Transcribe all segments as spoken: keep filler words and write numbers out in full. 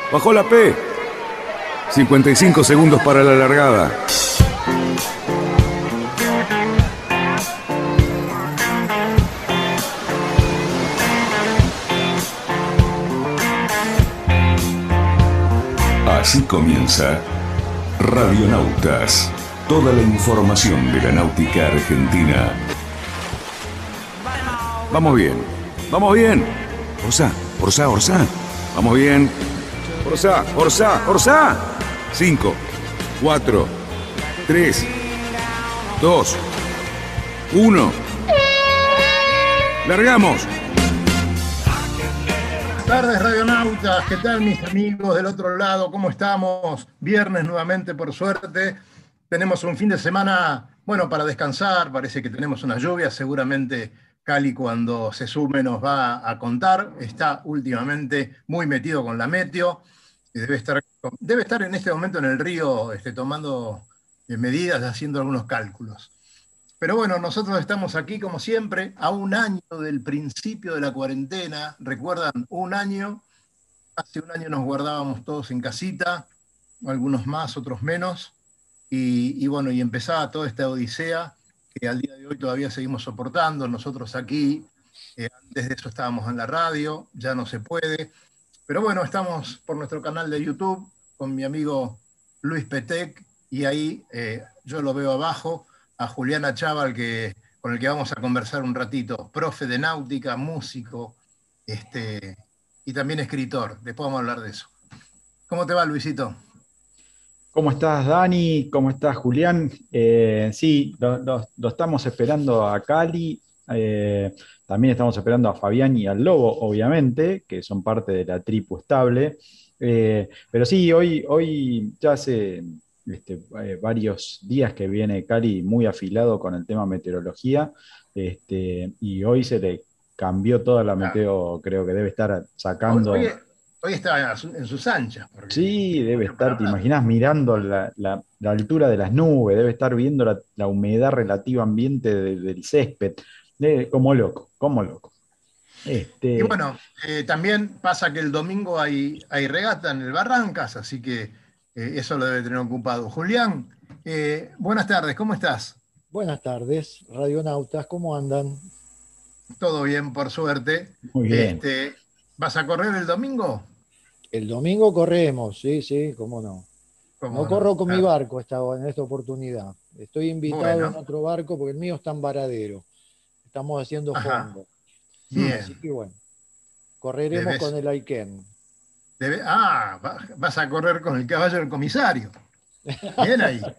Bajó la P. cincuenta y cinco segundos para la largada. Así comienza Radionautas. Toda la información de la náutica argentina. Vamos bien, vamos bien. Orsá, Orsá, Orsá. Vamos bien. Orsá, Orsá, Orsá. Cinco, cuatro, tres, dos, uno. ¡Largamos! Buenas tardes, radionautas. ¿Qué tal, mis amigos del otro lado? ¿Cómo estamos? Viernes nuevamente, por suerte. Tenemos un fin de semana, bueno, para descansar. Parece que tenemos una lluvia. Seguramente Cali, cuando se sume, nos va a contar. Está últimamente muy metido con la meteo. Debe estar, debe estar en este momento en el río este, tomando medidas, haciendo algunos cálculos. Pero bueno, nosotros estamos aquí, como siempre, a un año del principio de la cuarentena. ¿Recuerdan? Un año. Hace un año nos guardábamos todos en casita, algunos más, otros menos. Y, y bueno, y empezaba toda esta odisea que al día de hoy todavía seguimos soportando. Nosotros aquí, eh, antes de eso estábamos en la radio, ya no se puede. Pero bueno, estamos por nuestro canal de YouTube con mi amigo Luis Petec, y ahí eh, yo lo veo abajo a Julián Achával, que, con el que vamos a conversar un ratito, profe de náutica, músico, este, y también escritor. Después vamos a hablar de eso. ¿Cómo te va, Luisito? ¿Cómo estás, Dani? ¿Cómo estás, Julián? Eh, sí, lo, lo- lo estamos esperando a Cali. eh, También estamos esperando a Fabián y al Lobo, obviamente, que son parte de la tripu estable. Eh, pero sí, hoy, hoy ya hace este, eh, varios días que viene Cali muy afilado con el tema meteorología. Este, y hoy se le cambió toda la Ah, meteo, creo que debe estar hoy, hoy, sacando. hoy está en sus anchas, porque Sí, tiene debe mucho para estar, te hablar. imaginas mirando la, la- la altura de las nubes, debe estar viendo la, la humedad relativa ambiente de- del césped, de- como loco, como loco. Y Este, bueno, eh, también pasa que el domingo hay, hay regata en el Barrancas, así que eh, eso lo debe tener ocupado. Julián, eh, buenas tardes, ¿cómo estás? Buenas tardes, radionautas, ¿cómo andan? Todo bien, por suerte. Muy bien. Este, ¿vas a correr el domingo? El domingo corremos, sí, sí, cómo no. No ¿Cómo no? corro con mi Ah, barco esta, en esta oportunidad. Estoy invitado en bueno, otro barco porque el mío está en varadero. Estamos haciendo ajá, fondo. Así bien. que bueno, correremos con Debes, el Aiken. debe- ah, va- vas a correr con el caballo del comisario. Bien ahí.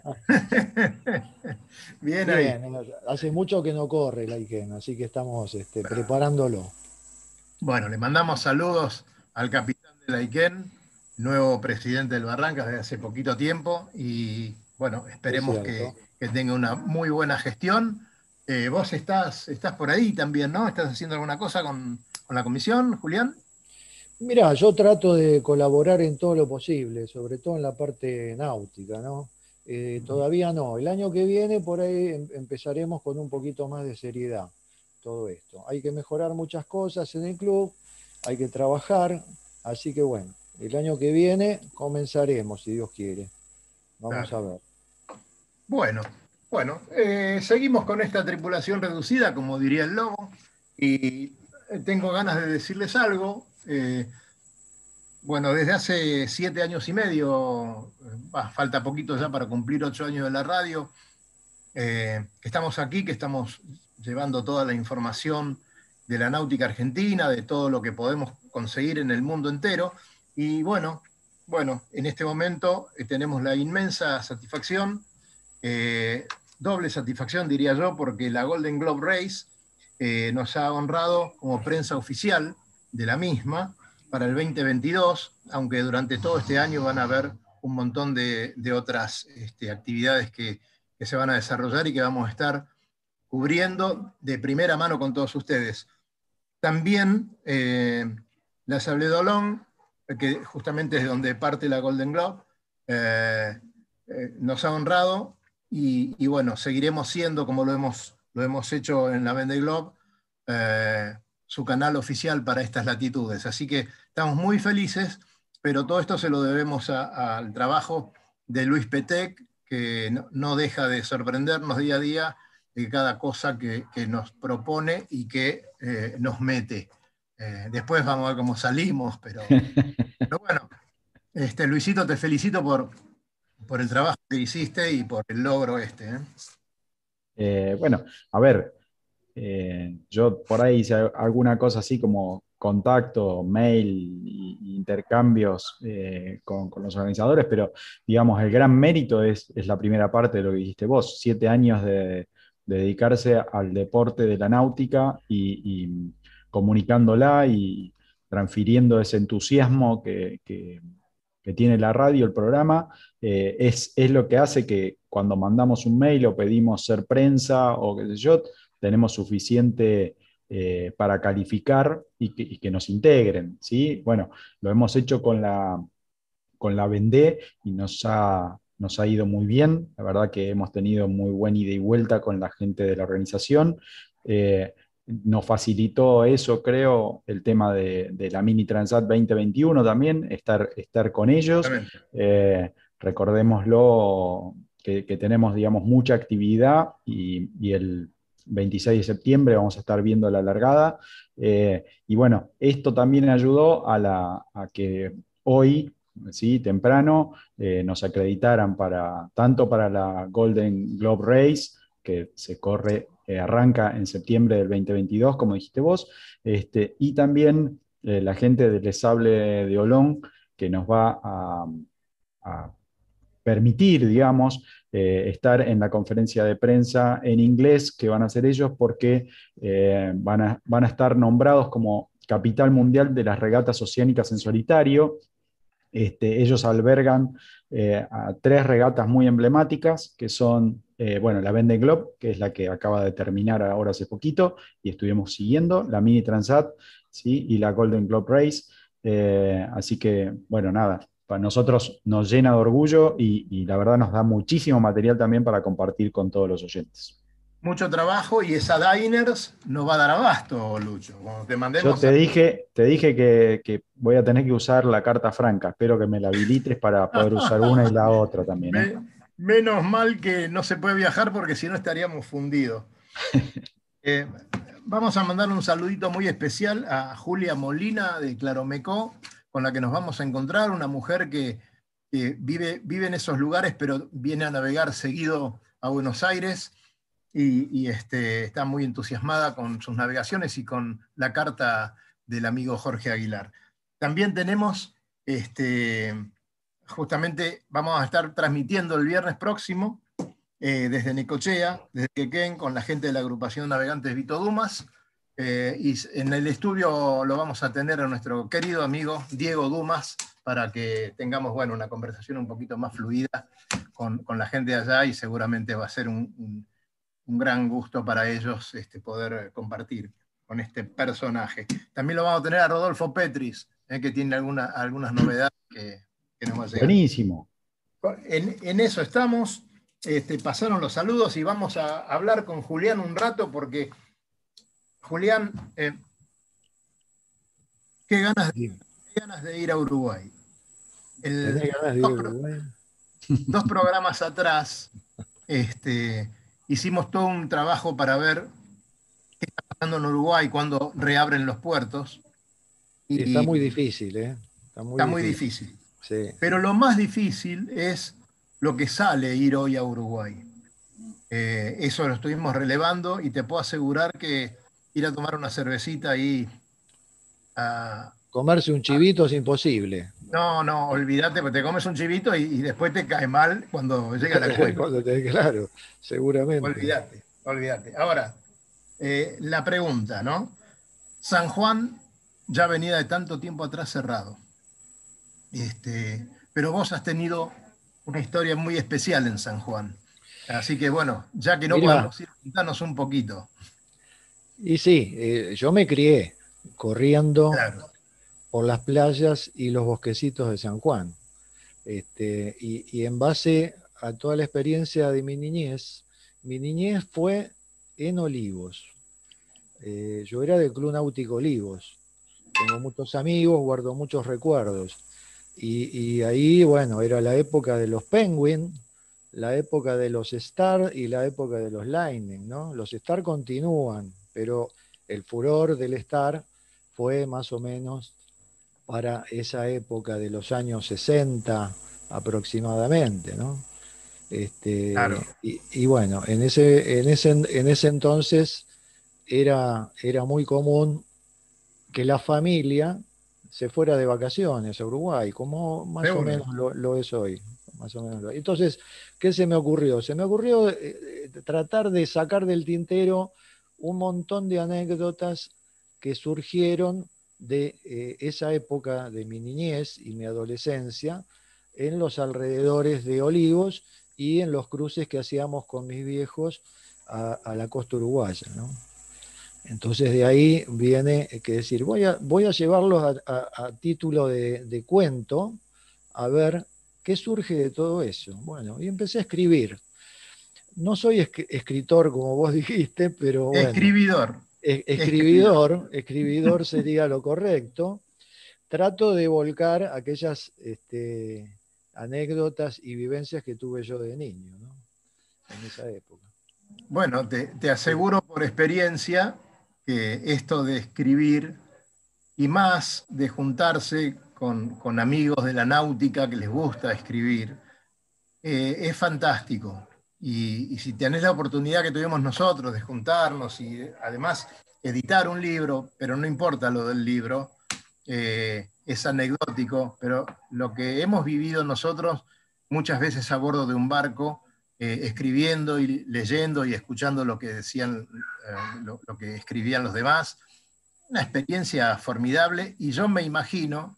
Bien ahí. Bien, hace mucho que no corre el Aiken, así que estamos este, preparándolo. Bueno, le mandamos saludos al capitán del Aiken, nuevo presidente del Barrancas desde hace poquito tiempo, y bueno, Es esperemos que, cierto. que tenga una muy buena gestión. Eh, vos estás, estás por ahí también, ¿no? ¿Estás haciendo alguna cosa con, con la comisión, Julián? Mirá, yo trato de colaborar en todo lo posible, sobre todo en la parte náutica, ¿no? Eh, todavía no. El año que viene por ahí em- empezaremos con un poquito más de seriedad todo esto. Hay que mejorar muchas cosas en el club, hay que trabajar, así que bueno, el año que viene comenzaremos, si Dios quiere. Vamos a Claro. ver. Bueno, bueno, eh, seguimos con esta tripulación reducida, como diría el lobo, y eh, tengo ganas de decirles algo. Eh, bueno, desde hace siete años y medio, eh, bah, falta poquito ya para cumplir ocho años de la radio, eh, que estamos aquí, que estamos llevando toda la información de la náutica argentina, de todo lo que podemos conseguir en el mundo entero. Y bueno, bueno, en este momento eh, tenemos la inmensa satisfacción, eh, doble satisfacción diría yo, porque la Golden Globe Race eh, nos ha honrado como prensa oficial de la misma para el veinte veintidós, aunque durante todo este año van a haber un montón de, de otras este, actividades que, que se van a desarrollar y que vamos a estar cubriendo de primera mano con todos ustedes. También eh, la Sable d'Olonne, que justamente es de donde parte la Golden Globe, eh, eh, nos ha honrado y, y bueno, seguiremos siendo, como lo hemos, lo hemos hecho en la Vendée Globe, eh, su canal oficial para estas latitudes. Así que estamos muy felices pero todo esto se lo debemos a, a, al trabajo de Luis Petec, que no, no deja de sorprendernos día a día de cada cosa que, que nos propone y que eh, nos mete. Eh, después vamos a ver cómo salimos, pero, pero bueno, este, Luisito, te felicito por, por el trabajo que hiciste y por el logro este. ¿eh? Eh, bueno, a ver, eh, yo por ahí hice alguna cosa así como contacto, mail, y, intercambios eh, con, con los organizadores, pero digamos, el gran mérito es, es la primera parte de lo que dijiste vos, siete años de, de dedicarse al deporte de la náutica y, y comunicándola y transfiriendo ese entusiasmo que, que, que tiene la radio, el programa, eh, es, es lo que hace que cuando mandamos un mail o pedimos ser prensa o qué sé yo, tenemos suficiente eh, para calificar y que, y que nos integren, ¿sí? Bueno, lo hemos hecho con la, con la Vendée y nos ha, nos ha ido muy bien. La verdad que hemos tenido muy buen ida y vuelta con la gente de la organización. Eh, nos facilitó eso, creo, el tema de, de la Mini Transat veinte veintiuno también, estar, estar con ellos. Eh, recordémoslo que, que, tenemos, digamos, mucha actividad y, y el veintiséis de septiembre vamos a estar viendo la largada. Eh, y bueno, esto también ayudó a, la, a que hoy, ¿sí? temprano, eh, nos acreditaran para, tanto para la Golden Globe Race, que se corre, eh, arranca en septiembre del veinte veintidós, como dijiste vos, este, y también eh, la gente del Les Sables de Olón, que nos va a, a permitir, digamos, eh, estar en la conferencia de prensa en inglés que van a hacer ellos, porque eh, van, a, van a estar nombrados como capital mundial de las regatas oceánicas en solitario. Este, ellos albergan eh, a tres regatas muy emblemáticas, que son, eh, bueno, la Vendée Globe, que es la que acaba de terminar ahora hace poquito, y estuvimos siguiendo, la Mini Transat, ¿sí? y la Golden Globe Race. Eh, así que, bueno, nada, para nosotros nos llena de orgullo y, y la verdad nos da muchísimo material también para compartir con todos los oyentes. Mucho trabajo y esa Diners no va a dar abasto, Lucho. Cuando te mandemos Yo te a... dije, te dije que, que voy a tener que usar la carta franca. Espero que me la habilites para poder usar una y la otra también. ¿eh? Me, menos mal que no se puede viajar porque si no estaríamos fundidos. Eh, vamos a mandar un saludito muy especial a Julia Molina de Claromecó, con la que nos vamos a encontrar, una mujer que, que vive, vive en esos lugares, pero viene a navegar seguido a Buenos Aires. Y, y este, está muy entusiasmada con sus navegaciones y con la carta del amigo Jorge Aguilar. También tenemos, este, justamente vamos a estar transmitiendo el viernes próximo eh, desde Necochea, desde Quequén, con la gente de la agrupación Navegantes Vito Dumas, eh, y en el estudio lo vamos a tener a nuestro querido amigo Diego Dumas, para que tengamos, bueno, una conversación un poquito más fluida con, con la gente de allá, y seguramente va a ser un, un un gran gusto para ellos este, poder compartir con este personaje. También lo vamos a tener a Rodolfo Petris, eh, que tiene alguna, algunas novedades que, que nos va a llegar. Buenísimo. En, en eso estamos. Este, pasaron los saludos y vamos a hablar con Julián un rato, porque Julián, eh, qué, ganas, qué ganas de ir a Uruguay. El, ¿Tenés ganas de ir a Uruguay? Dos, dos programas atrás, este, hicimos todo un trabajo para ver qué está pasando en Uruguay cuando reabren los puertos. Y está muy difícil, ¿eh? Está muy está difícil. muy difícil. Sí. Pero lo más difícil es lo que sale ir hoy a Uruguay. Eh, eso lo estuvimos relevando y te puedo asegurar que ir a tomar una cervecita ahí... A, Comerse un chivito a, es imposible. No, no, olvídate, porque te comes un chivito y, y después te cae mal cuando llega la cuenta. Cuando te, claro, seguramente. Olvídate, olvídate. Ahora, eh, la pregunta, ¿no? San Juan ya venía de tanto tiempo atrás cerrado. Este, pero vos has tenido una historia muy especial en San Juan. Así que bueno, ya que no Mirá, podemos ir, contanos un poquito. Y sí, eh, yo me crié corriendo claro. por las playas y los bosquecitos de San Juan. Este, y, y en base a toda la experiencia de mi niñez, mi niñez fue en Olivos. Eh, yo era del Club Náutico Olivos. Tengo muchos amigos, guardo muchos recuerdos. Y, y ahí, bueno, era la época de los Penguin, la época de los Star y la época de los Lightning, ¿no? Los Star continúan, pero el furor del Star fue más o menos para esa época de los años sesenta aproximadamente, ¿no? Este, Claro. y, y bueno, en ese, en ese, en ese entonces era, era muy común que la familia se fuera de vacaciones a Uruguay, como más o Seguro. menos lo, lo es hoy. Más o menos lo- Entonces, ¿qué se me ocurrió? Se me ocurrió eh, eh, tratar de sacar del tintero un montón de anécdotas que surgieron de eh, esa época de mi niñez y mi adolescencia en los alrededores de Olivos y en los cruces que hacíamos con mis viejos a, a la costa uruguaya, ¿no? Entonces de ahí viene eh, que decir, voy a, voy a llevarlos a, a- a título de, de cuento, a ver qué surge de todo eso. Bueno, y empecé a escribir. No soy esc- escritor, como vos dijiste, pero bueno, Escribidor. e- Escribidor. escribidor, escribidor sería lo correcto. Trato de volcar aquellas este, anécdotas y vivencias que tuve yo de niño, ¿no? En esa época. Bueno, te, te Sí, aseguro por experiencia que esto de escribir y más de juntarse con, con amigos de la náutica que les gusta escribir, eh, es fantástico. Y, y si tenés la oportunidad que tuvimos nosotros de juntarnos y además editar un libro, pero no importa lo del libro, eh, es anecdótico, pero lo que hemos vivido nosotros muchas veces a bordo de un barco, eh, escribiendo y leyendo y escuchando lo que decían, eh, lo, lo que escribían los demás, una experiencia formidable y yo me imagino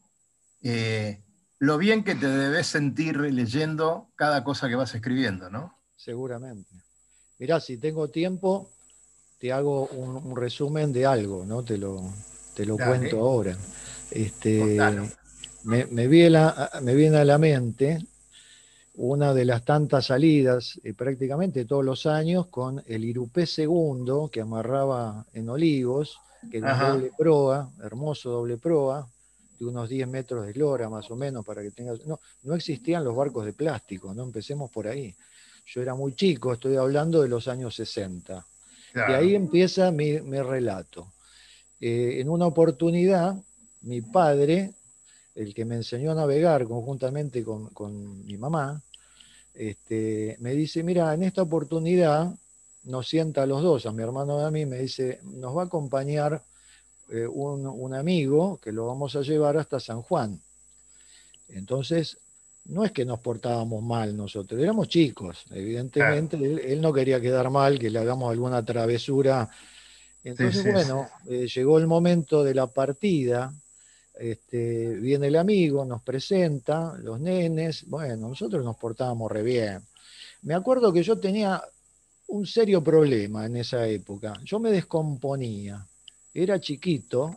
eh, lo bien que te debes sentir leyendo cada cosa que vas escribiendo, ¿no? seguramente. Mirá, si tengo tiempo, te hago un, un resumen de algo, ¿no? Te lo, te lo cuento Dale, ahora. contalo. Este, me, me viene a, me viene a la mente una de las tantas salidas, eh, prácticamente todos los años, con el Irupé segundo que amarraba en Olivos, que era un Ajá, doble proa, hermoso doble proa, de unos diez metros de eslora más o menos, para que tengas... No, no existían los barcos de plástico, no empecemos por ahí. Yo era muy chico, estoy hablando de los años sesenta. De claro. ahí empieza mi, mi relato. Eh, en una oportunidad, mi padre, el que me enseñó a navegar conjuntamente con, con mi mamá, este, me dice, mira, en esta oportunidad nos sienta a los dos, a mi hermano y a mí, me dice, nos va a acompañar eh, un, un amigo que lo vamos a llevar hasta San Juan. Entonces, no es que nos portábamos mal nosotros, éramos chicos, Claro. evidentemente, él, él no quería quedar mal, que le hagamos alguna travesura. Sí, Entonces, sí, sí. bueno, eh, llegó el momento de la partida, este, viene el amigo, nos presenta, los nenes, bueno, nosotros nos portábamos re bien. Me acuerdo que yo tenía un serio problema en esa época, yo me descomponía, era chiquito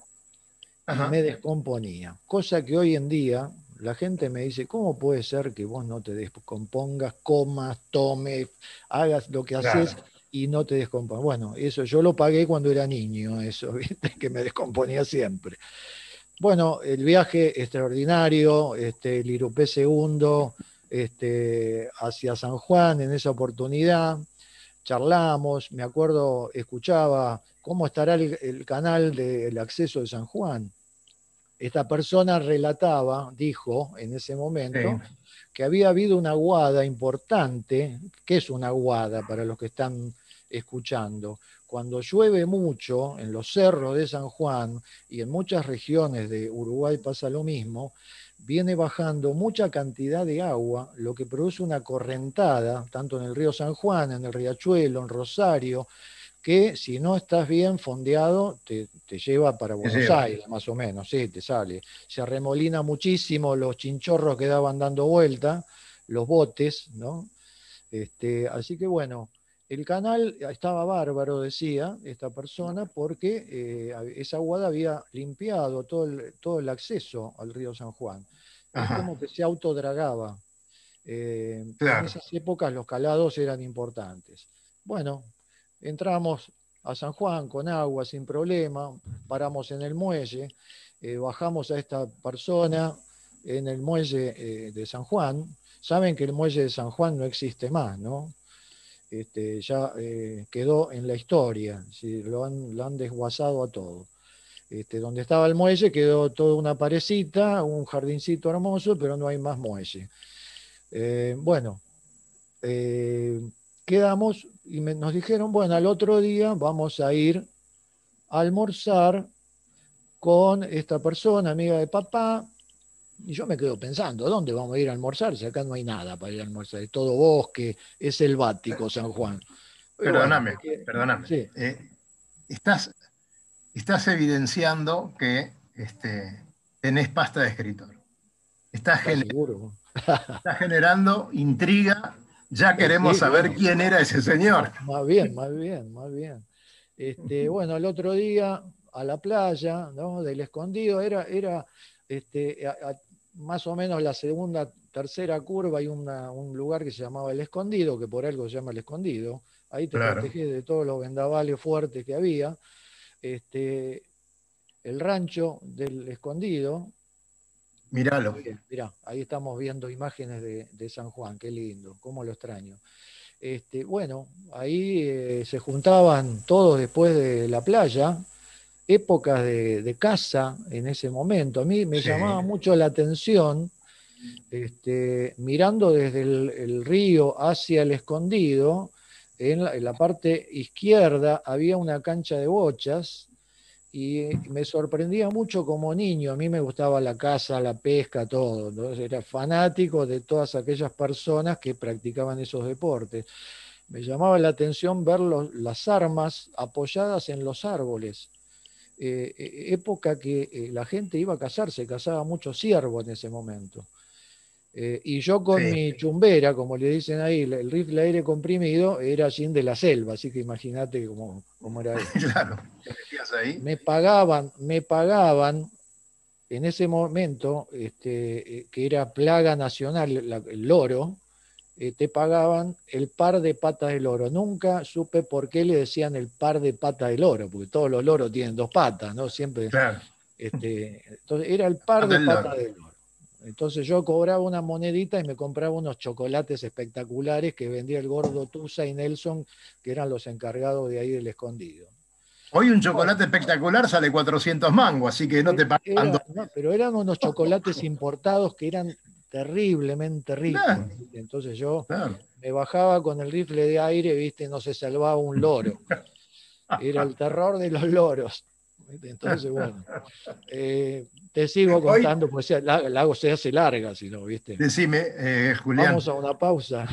y Ajá. me descomponía, cosa que hoy en día la gente me dice, ¿cómo puede ser que vos no te descompongas, comas, tomes, hagas lo que haces Claro. y no te descompongas? Bueno, eso yo lo pagué cuando era niño, eso, ¿viste? Que me descomponía siempre. Bueno, el viaje extraordinario, este, el Irupé segundo, este, hacia San Juan en esa oportunidad, charlamos, me acuerdo, escuchaba cómo estará el, el canal del acceso de San Juan. Esta persona relataba, dijo en ese Sí. momento, que había habido una aguada importante. ¿Qué es una aguada para los que están escuchando? Cuando llueve mucho en los cerros de San Juan y en muchas regiones de Uruguay pasa lo mismo, viene bajando mucha cantidad de agua, lo que produce una correntada, tanto en el río San Juan, en el Riachuelo, en Rosario, que si no estás bien fondeado, te, te lleva para Te Buenos lleva. Aires, más o menos, sí, te sale. Se arremolina muchísimo los chinchorros que daban dando vuelta, los botes, ¿no? Este, así que bueno, el canal estaba bárbaro, decía esta persona, porque eh, esa aguada había limpiado todo el, todo el acceso al río San Juan. Es Ajá. como que se autodragaba. Eh, en Claro. esas épocas los calados eran importantes. Bueno, entramos a San Juan con agua sin problema, paramos en el muelle, eh, bajamos a esta persona, en el muelle eh, de San Juan. Saben que el muelle de San Juan no existe más, ¿no? Este, ya eh, quedó en la historia, ¿sí? Lo han, lo han desguazado a todo. Este, donde estaba el muelle quedó toda una parecita, un jardincito hermoso, pero no hay más muelle. Eh, bueno, eh, quedamos y me, nos dijeron, bueno, al otro día vamos a ir a almorzar con esta persona, amiga de papá. Y yo me quedo pensando, ¿dónde vamos a ir a almorzar? Si acá no hay nada para ir a almorzar, es todo bosque, es selvático San Juan. Y bueno, Perdóname, me quedé- perdóname. sí, Eh, estás, estás evidenciando que este, tenés pasta de escritor. Estás, ¿estás gener- seguro? estás generando intriga. Ya queremos Sí, saber bueno, quién era ese señor. más bien, más bien, más bien. Este, bueno, el otro día a la playa, ¿no? Del Escondido, era, era este, a- a- más o menos la segunda, tercera curva, hay una- un lugar que se llamaba El Escondido, que por algo se llama El Escondido. Ahí te Claro, protegés de todos los vendavales fuertes que había. Este, el rancho del Escondido. míralo. Bien, mirá, ahí estamos viendo imágenes de, de San Juan, qué lindo, cómo lo extraño. Este, bueno, ahí eh, se juntaban todos después de la playa, épocas de, de caza en ese momento. A mí me Sí, llamaba mucho la atención, este, mirando desde el, el río hacia el Escondido, en la, en la parte izquierda había una cancha de bochas y me sorprendía mucho como niño. A mí me gustaba la caza, la pesca, todo. Entonces era fanático de todas aquellas personas que practicaban esos deportes. Me llamaba la atención ver los- las armas apoyadas en los árboles. Eh, eh, época que eh, la gente iba a cazar, se cazaba mucho ciervo en ese momento. Eh, y yo con sí, mi chumbera, como le dicen ahí, el, el rifle de aire comprimido, era Jim de la selva, así que imagínate cómo, cómo era esto. claro. ¿Te metías ahí? Me pagaban, me pagaban en ese momento, este, eh, que era plaga nacional, la- el loro, eh, te pagaban el par de patas de loro. Nunca supe por qué le decían el par de patas de loro, porque todos los loros tienen dos patas, ¿no? Siempre, Claro, este, entonces era el par anda de el loro. patas de loro. Entonces yo cobraba una monedita y me compraba unos chocolates espectaculares que vendía el gordo Tusa y Nelson, que eran los encargados de ahí del Escondido. Hoy un Bueno, chocolate espectacular sale cuatrocientos mangos, así que no te e- pagan dos. era, no, pero eran unos chocolates importados que eran terriblemente ricos, Claro, ¿viste? Entonces yo claro. me bajaba con el rifle de aire, ¿viste? No se salvaba un loro. Era el terror de los loros. ¿Viste? Entonces, bueno, eh, te sigo Hoy, contando, pues la, la hago se hace larga, si no, ¿viste? decime, eh, Vamos Julián, a una pausa.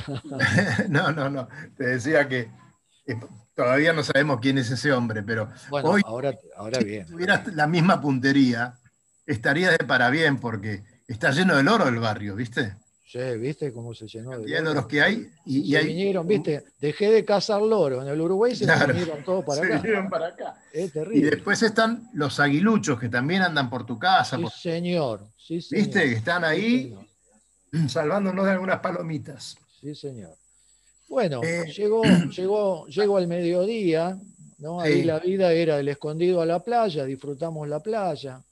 no, no, no, te decía que eh, todavía no sabemos quién es ese hombre, pero Bueno, hoy, ahora, ahora si bien, ahora tuvieras bien. la misma puntería, estarías de parabien porque está lleno del oro el barrio, ¿viste? Sí, ¿viste cómo se La llenó de cantidad de loros loros? que hay y, y Se hay, vinieron, un- ¿viste? Dejé de cazar loros en el Uruguay y se me claro, vinieron todos para se acá. vinieron para acá. Es Y terrible. después están los aguiluchos que también andan por tu casa, Sí, por- señor, sí, ¿viste? señor, Que están sí, ahí señor, salvándonos de algunas palomitas. sí, señor. Bueno, Eh, llegó, llegó, llegó al mediodía, ¿no? Ahí sí, la vida era el escondido a la playa, disfrutamos la playa.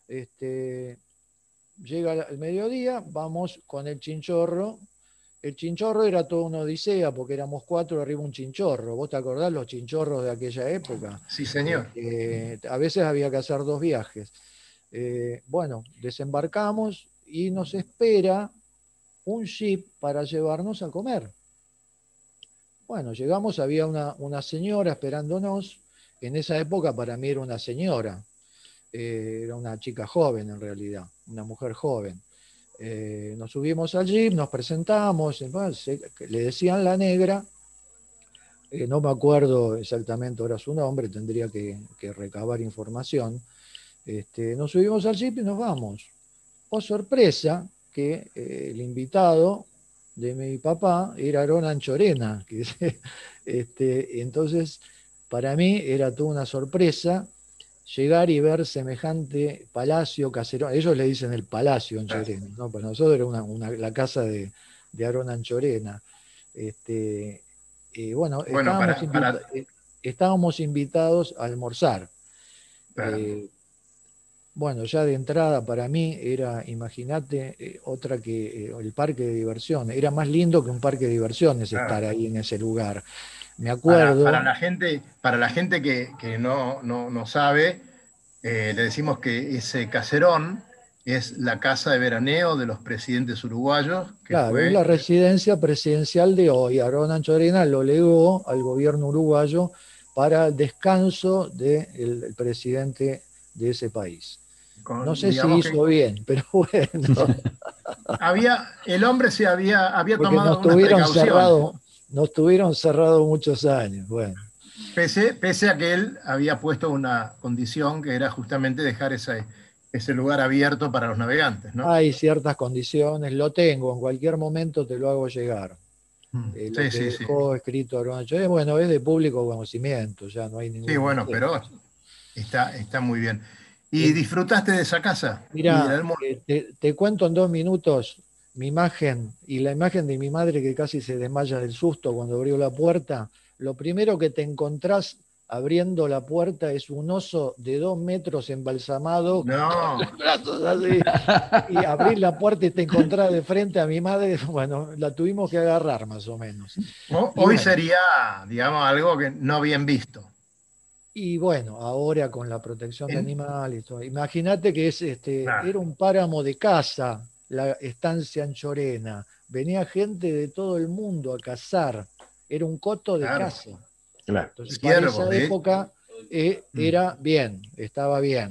Este, llega el mediodía, vamos con el chinchorro. El chinchorro era toda una odisea porque éramos cuatro arriba un chinchorro. ¿Vos te acordás los chinchorros de aquella época? sí, señor. Este, a veces había que hacer dos viajes. Eh, bueno, desembarcamos y nos espera un jeep para llevarnos a comer. Bueno, llegamos, había una, una señora esperándonos. En esa época para mí era una señora, eh, era una chica joven en realidad, una mujer joven. Eh, nos subimos al jeep, nos presentamos, bueno, se, le decían la negra, eh, no me acuerdo exactamente ahora su nombre, tendría que, que recabar información. Este, nos subimos al jeep y nos vamos. Oh, sorpresa, que eh, el invitado de mi papá era Aarón Anchorena. Que, este, entonces, para mí era toda una sorpresa llegar y ver semejante palacio caserón. Ellos le dicen el palacio Anchorena, ¿no? Para nosotros era una, una- la casa de, de Aarón Anchorena. Este, y bueno, Bueno, estábamos, para, invita- para, eh, estábamos invitados a almorzar. claro. Eh, Bueno, ya de entrada para mí era, imagínate, eh, otra que eh, el parque de diversiones. Era más lindo que un parque de diversiones estar Ah, ahí en ese lugar. Me Para, para acuerdo, la gente, para la gente que, que no, no, no sabe, eh, le decimos que ese caserón es la casa de veraneo de los presidentes uruguayos, que claro, es la fue... residencia presidencial de hoy. Aarón Anchorena lo legó al gobierno uruguayo para el descanso del presidente de ese país. No con- sé si digamos que hizo bien, pero bueno, había, el hombre se había, había porque tomado nos algunas tuvieron precauciones, cerrado, nos tuvieron cerrado muchos años. Bueno. pese, pese a que él había puesto una condición que era justamente dejar ese, ese lugar abierto para los navegantes, ¿no? Hay ciertas condiciones, lo tengo, en cualquier momento te lo hago llegar. Mm, Eh, lo Sí, que sí, sí. dejó escrito Aronacho, es bueno, es de público conocimiento, ya no hay Sí, ningún bueno, misterio. pero está, está muy bien. ¿Y Eh, disfrutaste de esa casa y del Mira, almuerzo? eh, te, te cuento en dos minutos mi imagen y la imagen de mi madre que casi se desmaya del susto cuando abrió la puerta. Lo primero que te encontrás abriendo la puerta es un oso de dos metros embalsamado, No. brazos así, y abrís la puerta y te encontrás de frente a mi madre. Bueno, la tuvimos que agarrar más o menos. Ho- Y Hoy bueno, sería, digamos, algo que no bien visto. y bueno, ahora con la protección de En- animales, y todo. Imagínate que es, este, nah, era un páramo de caza, la estancia Anchorena. Venía gente de todo el mundo a cazar. Era un coto de claro, caza. Claro. Entonces, para ciervos, esa de... época eh, Mm, era bien, estaba bien.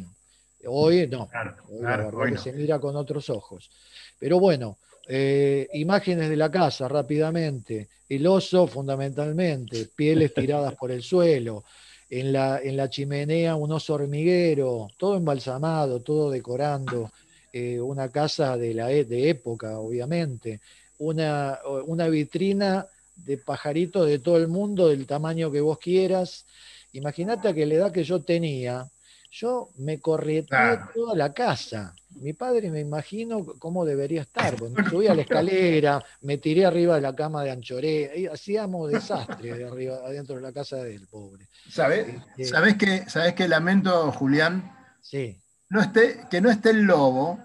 Hoy no, claro, hoy la claro, verdad hoy que no. se mira con otros ojos. Pero bueno, eh, imágenes de la casa rápidamente. El oso fundamentalmente, pieles tiradas por el suelo. En la, en la chimenea un oso hormiguero, todo embalsamado, todo decorando. Eh, una casa de, la, e- de época, obviamente. Una, una vitrina de pajaritos de todo el mundo, del tamaño que vos quieras. Imagínate a que la edad que yo tenía, yo me correteé Claro. toda la casa. Mi padre me imagino cómo debería estar. Pues me subí a la escalera, me tiré arriba de la cama de Anchoré, y hacíamos desastre de arriba, adentro de la casa del pobre. ¿Sabés, Este, sabés que, sabés que lamento, Julián, sí, no esté, que no esté el lobo,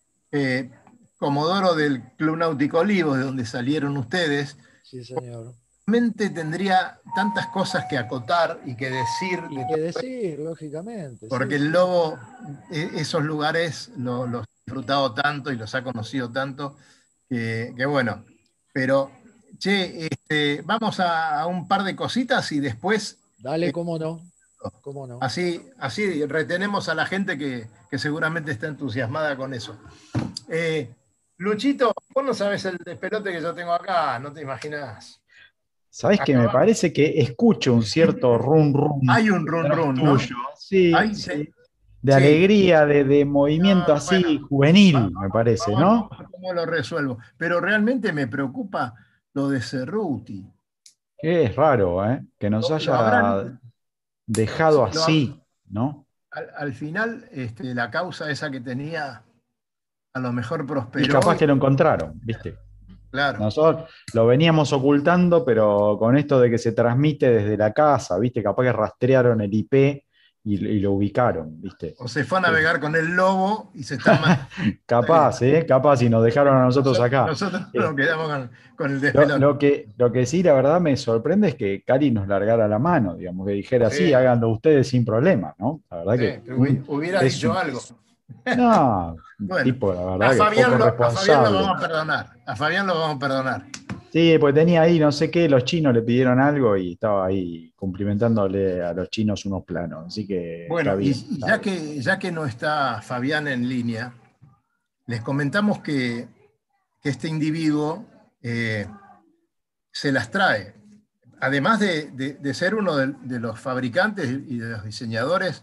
eh, comodoro del Club Náutico Olivos, de donde salieron ustedes, sí, señor. realmente tendría tantas cosas que acotar y que decir, Y de qué to- decir, lógicamente, porque sí, el sí. lobo, eh, esos lugares lo- los ha disfrutado tanto y los ha conocido tanto, que, que bueno, pero, che, este, vamos a, a un par de cositas y después, Dale, eh, cómo no, cómo no. así, así retenemos a la gente que, que seguramente está entusiasmada con eso. Eh, Luchito, vos no sabés el despelote que yo tengo acá, no te imaginás. ¿Sabés que me Acabamos. parece que escucho un cierto run run Hay un run detrás run, ¿no? tuyo? Sí, Hay, sí, sí. De sí. alegría, de, de movimiento No, bueno, así va- juvenil, me parece, vamos ¿no? a ver cómo lo resuelvo. Pero realmente me preocupa lo de Cerruti. Que es raro, ¿eh? Que nos Lo, lo haya habrán, dejado lo- así, ¿no? al, al final, este, la causa esa que tenía, a lo mejor Y prosperó capaz y, que lo encontraron, ¿viste? claro. Nosotros lo veníamos ocultando, pero con esto de que se transmite desde la casa, ¿viste? Capaz que rastrearon el I P y, y lo ubicaron, ¿viste? O se fue a Eh, navegar con el lobo y se están matando. Capaz, ¿eh? Capaz, y nos dejaron a nosotros Nosotros, acá. nosotros nos Eh, quedamos con, con el lo, despelote. lo que, lo que sí, la verdad, me sorprende es que Cari nos largara la mano, digamos, que dijera, sí, Sí, háganlo ustedes sin problema, ¿no? La verdad sí, que que un- hubi- hubiera es dicho un, algo. no, un Bueno, tipo, la a verdad, que poco Fabián lo, a Fabián lo responsable. vamos a perdonar. A Fabián lo vamos a perdonar. Sí, pues tenía ahí, no sé qué, los chinos le pidieron algo y estaba ahí cumplimentándole a los chinos unos planos, así que está Bueno, y, bien, y está ya bien. que, ya que no está Fabián en línea, les comentamos que, que este individuo eh, se las trae. Además de, de- de ser uno de, de los fabricantes y de los diseñadores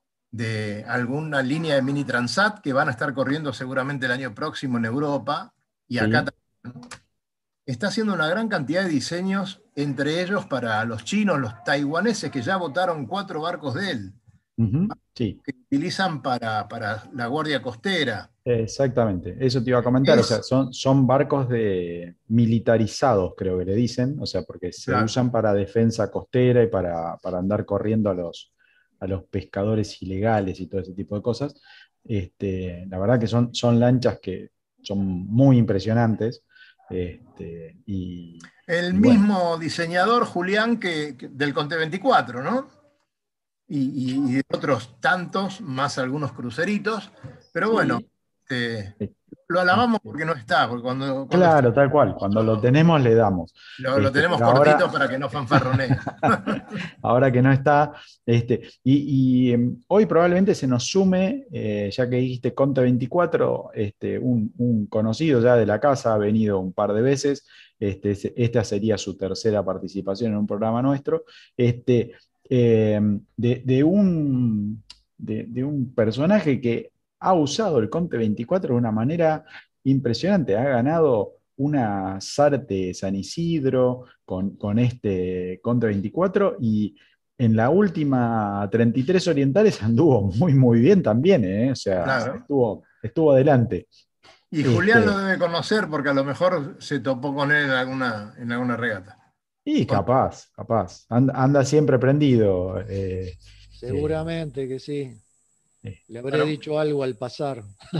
de alguna línea de Mini Transat que van a estar corriendo seguramente el año próximo en Europa y acá Sí, también, está haciendo una gran cantidad de diseños, entre ellos para los chinos, los taiwaneses, que ya votaron cuatro barcos de él, ujú, sí, que utilizan para, para la Guardia Costera. exactamente. Eso te iba a comentar, o sea, Es, son, son barcos de militarizados, creo que le dicen, o sea, porque se claro, usan para defensa costera y para, para andar corriendo a los, a los pescadores ilegales y todo ese tipo de cosas. Este, la verdad que son, son lanchas que son muy impresionantes. Este, y, El y bueno, mismo diseñador, Julián, que, que del Conte veinticuatro, ¿no? Y, y- y de otros tantos, más algunos cruceritos. Pero bueno, sí. eh, eh, lo alabamos este, porque no está, porque cuando, cuando está claro, tal cual. Cuando lo tenemos, le damos. lo, lo Este, tenemos pero cortito ahora, para que no fanfarronee. ahora que no está, este, y, y, em, hoy probablemente se nos sume, eh, ya que dijiste Conte veinticuatro, este, un, un conocido ya de la casa, ha venido un par de veces, este, se- esta sería su tercera participación en un programa nuestro, este, em, de, de un, de, de un personaje que ha usado el Conte veinticuatro de una manera impresionante, ha ganado una Sarte San Isidro con, con este Contra veinticuatro y en la última treinta y tres Orientales anduvo muy, muy bien también, ¿eh? O sea, Claro. estuvo, estuvo adelante. Y Julián lo Este, debe conocer porque a lo mejor se topó con él en alguna, en alguna regata. y Con- capaz, capaz, anda, anda siempre prendido. eh, eh, Seguramente que sí. eh. Le habré bueno. dicho algo al pasar.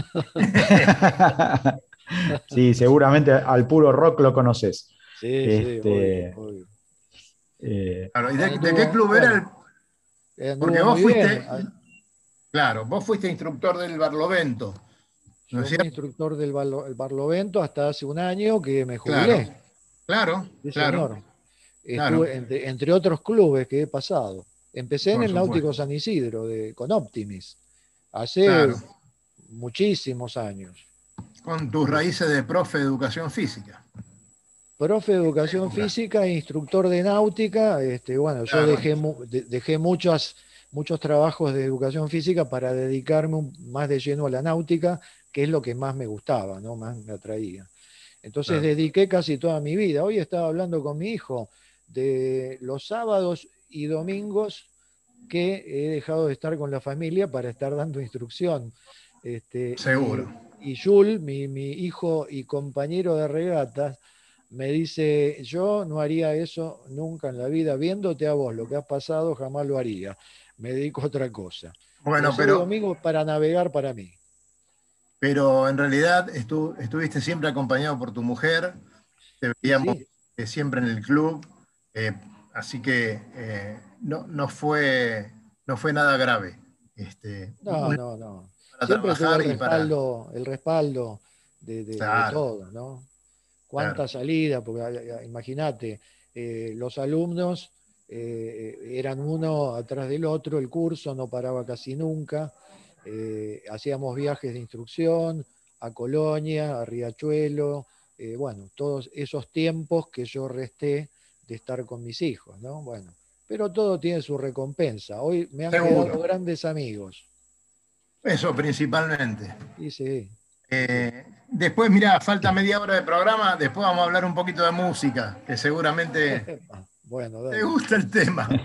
Sí, seguramente al puro rock lo conoces. Sí, sí, obvio, Este, obvio. eh, Claro, ¿y de, de qué Anduvo, club era bueno, el? Porque anduvo vos muy bien. fuiste, claro, vos fuiste instructor del Barlovento, ¿no Yo es fui cierto? instructor del Barlo- el Barlovento hasta hace un año que me Claro, jubilé. claro, Sí, claro, señor. claro, Estuve entre, entre otros clubes que he pasado. Empecé en por el Náutico supuesto, San Isidro de, con Optimis hace claro, muchísimos años. con tus Es raíces de profe de educación física. profe de educación Época, física e instructor de náutica. Este, bueno, yo claro, dejé, mu- de- dejé muchos, muchos trabajos de educación física para dedicarme un- más de lleno a la náutica, que es lo que más me gustaba, ¿no? Más me atraía. Entonces claro, dediqué casi toda mi vida. Hoy estaba hablando con mi hijo de los sábados y domingos que he dejado de estar con la familia para estar dando instrucción. Este, seguro. y, y Jules, mi, mi hijo y compañero de regatas, me dice, yo no haría eso nunca en la vida, viéndote a vos lo que has pasado, jamás lo haría. Me dedico a otra cosa. Bueno, Los sábados y pero, domingos para navegar para mí. pero en realidad estu- estuviste siempre acompañado por tu mujer, te Y veíamos sí, eh, siempre en el club, eh, así que eh, no, no fue, no fue nada grave. Este, no, un- no, no. para Siempre tuve trabajar el y para... respaldo, el respaldo de, de, de Claro, todo, ¿no? claro, Cuántas salidas, porque imagínate, eh, los alumnos eh, eran uno atrás del otro, el curso no paraba casi nunca, eh, hacíamos viajes de instrucción a Colonia, a Riachuelo, eh, bueno, todos esos tiempos que yo resté de estar con mis hijos, ¿no? Bueno, pero todo tiene su recompensa. Hoy me han quedado seguro. grandes amigos. Eso principalmente. Y sí, y sí. Eh, después, mira, falta media hora de programa, después vamos a hablar un poquito de música, que seguramente Bueno, te dale. gusta el tema.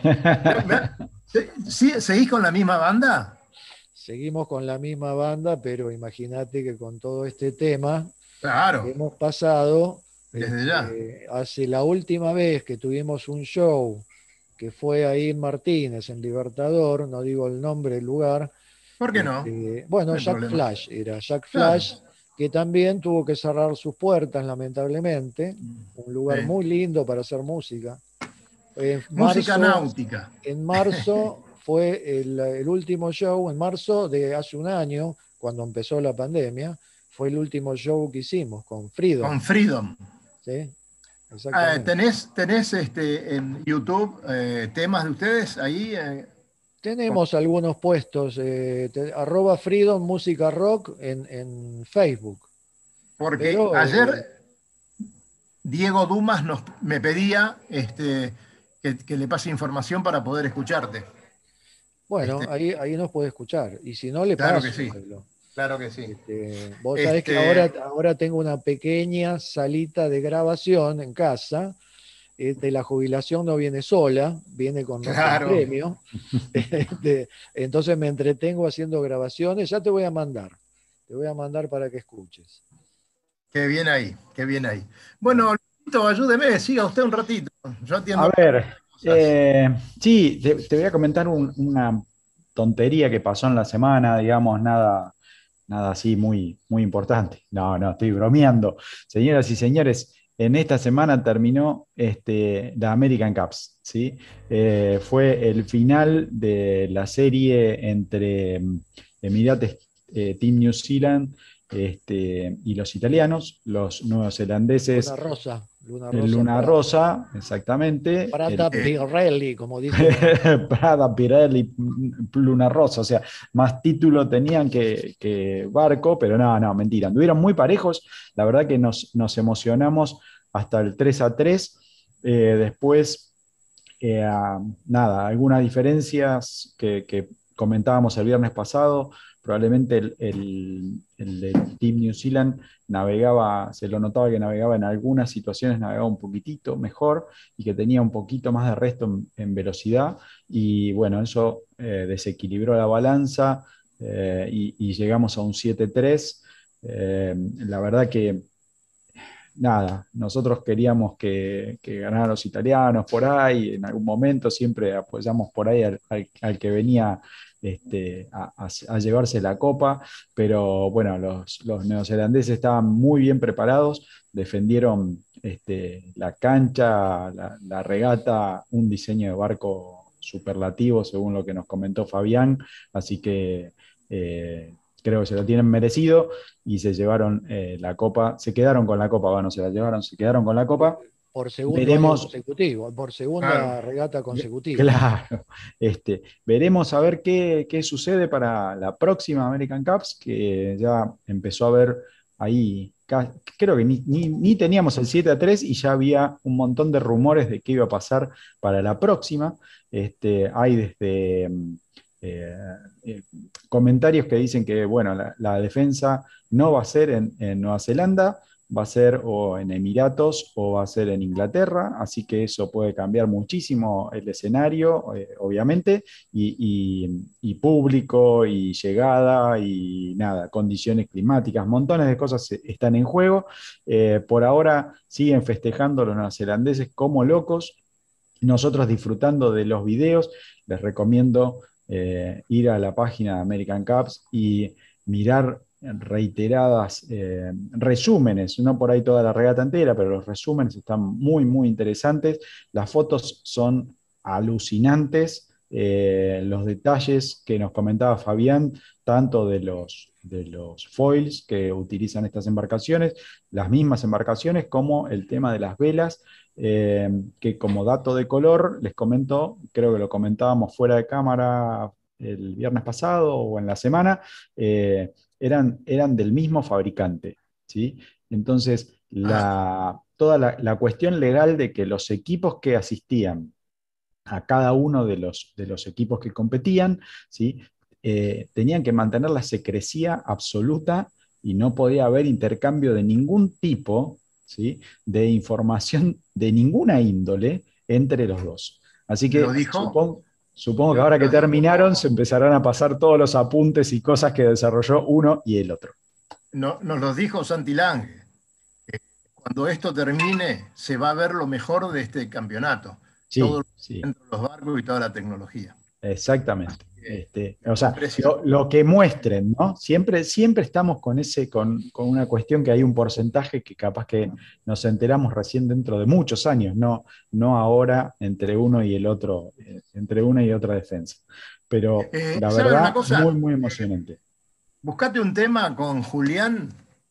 ¿Sí- ¿Seguís con la misma banda? Seguimos con la misma banda, pero imagínate que con todo este tema Claro, que hemos pasado, desde ya. este, hace la última vez que tuvimos un show que fue ahí en Martínez, en Libertador, no digo el nombre del lugar, ¿Por qué no? este, bueno, No hay Jack problema. Flash era Jack Claro. Flash, que también tuvo que cerrar sus puertas, lamentablemente, un lugar Sí. muy lindo para hacer música. En Música marzo, náutica. en marzo fue el, el último show, en marzo de hace un año, cuando empezó la pandemia, fue el último show que hicimos con Freedom, Con Freedom. ¿sí? Ah, Exactamente. ¿tenés, tenés este, en YouTube eh, temas de ustedes ahí? eh, con- Tenemos algunos puestos, eh, te- arroba Freedom Música Rock en, en Facebook, porque pero eh, ayer Diego Dumas nos, me pedía este, que, que le pase información para poder escucharte. bueno, Este, ahí, ahí nos puede escuchar. Y si no, le claro que paso. sí, Lo- claro que sí. Este, vos sabés que Este, ahora, ahora tengo una pequeña salita de grabación en casa. Este, la jubilación no viene sola, viene con, con claro, premio. Este, entonces me entretengo haciendo grabaciones. Ya te voy a mandar. Te voy a mandar para que escuches. qué bien ahí, qué bien ahí. Bueno, Bueno, Lito, ayúdeme, siga usted un ratito. Yo A atiendo ver, cosas. eh, sí, te, te voy a comentar un- una. tontería que pasó en la semana, digamos, nada, nada así muy, muy importante. No, no, estoy bromeando. Señoras y señores, en esta semana terminó este, la American Cups, ¿sí? Eh, fue el final de la serie entre mm, Emirates eh, Team New Zealand este, y los italianos, los Luna neozelandeses, Rosa, Luna el Rosa Luna Prada. Rosa, exactamente, el, Prada Eh, Pirelli, como dicen. Prada, Pirelli, Luna Rosa, o sea, más título tenían que, que Barco, pero no, no, mentira, anduvieron muy parejos, la verdad que nos, nos emocionamos hasta el tres a tres, eh, después, eh, nada, algunas diferencias que, que comentábamos el viernes pasado, probablemente el, el, el del Team New Zealand navegaba, se lo notaba que navegaba en algunas situaciones, navegaba un poquitito mejor y que tenía un poquito más de resto en, en velocidad y bueno, eso eh, desequilibró la balanza eh, y, y llegamos a un siete tres. Eh, la verdad que nada, nosotros queríamos que, que ganaran los italianos por ahí, en algún momento siempre apoyamos por ahí al, al- al que venía este, a, a- a llevarse la copa, pero bueno, los, los neozelandeses estaban muy bien preparados, defendieron este, la cancha, la, la regata, un diseño de barco superlativo, según lo que nos comentó Fabián, así que eh, creo que se lo tienen merecido y se llevaron eh, la copa, se quedaron con la copa, bueno, se la llevaron, se quedaron con la copa. Por segundo año Veremos, consecutivo, por claro. segunda regata consecutiva. claro, este, veremos a ver qué, qué sucede para la próxima American Cups, que ya empezó a haber ahí, ca- creo que ni, ni- ni teníamos el siete a tres y ya había un montón de rumores de qué iba a pasar para la próxima. Este, hay desde mm, eh, eh, comentarios que dicen que, bueno, la, la defensa no va a ser en, en Nueva Zelanda, va a ser o en Emiratos o va a ser en Inglaterra, así que eso puede cambiar muchísimo el escenario, eh, obviamente, y, y- y público, y llegada, y nada, condiciones climáticas, montones de cosas eh, están en juego. Eh, por ahora siguen festejando los neozelandeses como locos, nosotros disfrutando de los videos. Les recomiendo eh, ir a la página de American Cups y mirar reiteradas eh, resúmenes, no por ahí toda la regata entera, pero los resúmenes están muy, muy interesantes. Las fotos son alucinantes, eh, los detalles que nos comentaba Fabián, tanto de los, de los foils que utilizan estas embarcaciones, las mismas embarcaciones, como el tema de las velas, eh, que como dato de color, les comento, creo que lo comentábamos fuera de cámara el viernes pasado o en la semana, eh, eran, eran del mismo fabricante, ¿sí? Entonces, Ah, la, toda la, la cuestión legal de que los equipos que asistían a cada uno de los, de los equipos que competían, ¿sí? Eh, tenían que mantener la secrecía absoluta y no podía haber intercambio de ningún tipo, ¿sí? De información de ninguna índole entre los dos. Así lo que dijo, supongo, supongo que lo, ahora que lo terminaron se dijo, empezarán a pasar todos los apuntes y cosas que desarrolló uno y el otro. no, nos lo dijo Santi Lange. Cuando esto termine, se va a ver lo mejor de este campeonato. Todo lo Sí, que sí. dentro de los barcos y toda la tecnología. Exactamente. Eh, Este, o sea, lo, impresionante. lo que muestren, ¿no? Siempre, siempre estamos con ese, con, con una cuestión que hay un porcentaje que capaz que nos enteramos recién dentro de muchos años, no, no ahora entre uno y el otro, eh, entre una y otra defensa. Pero Eh, la ¿sabes una verdad, muy, cosa? muy Eh, emocionante. buscate un tema con Julián.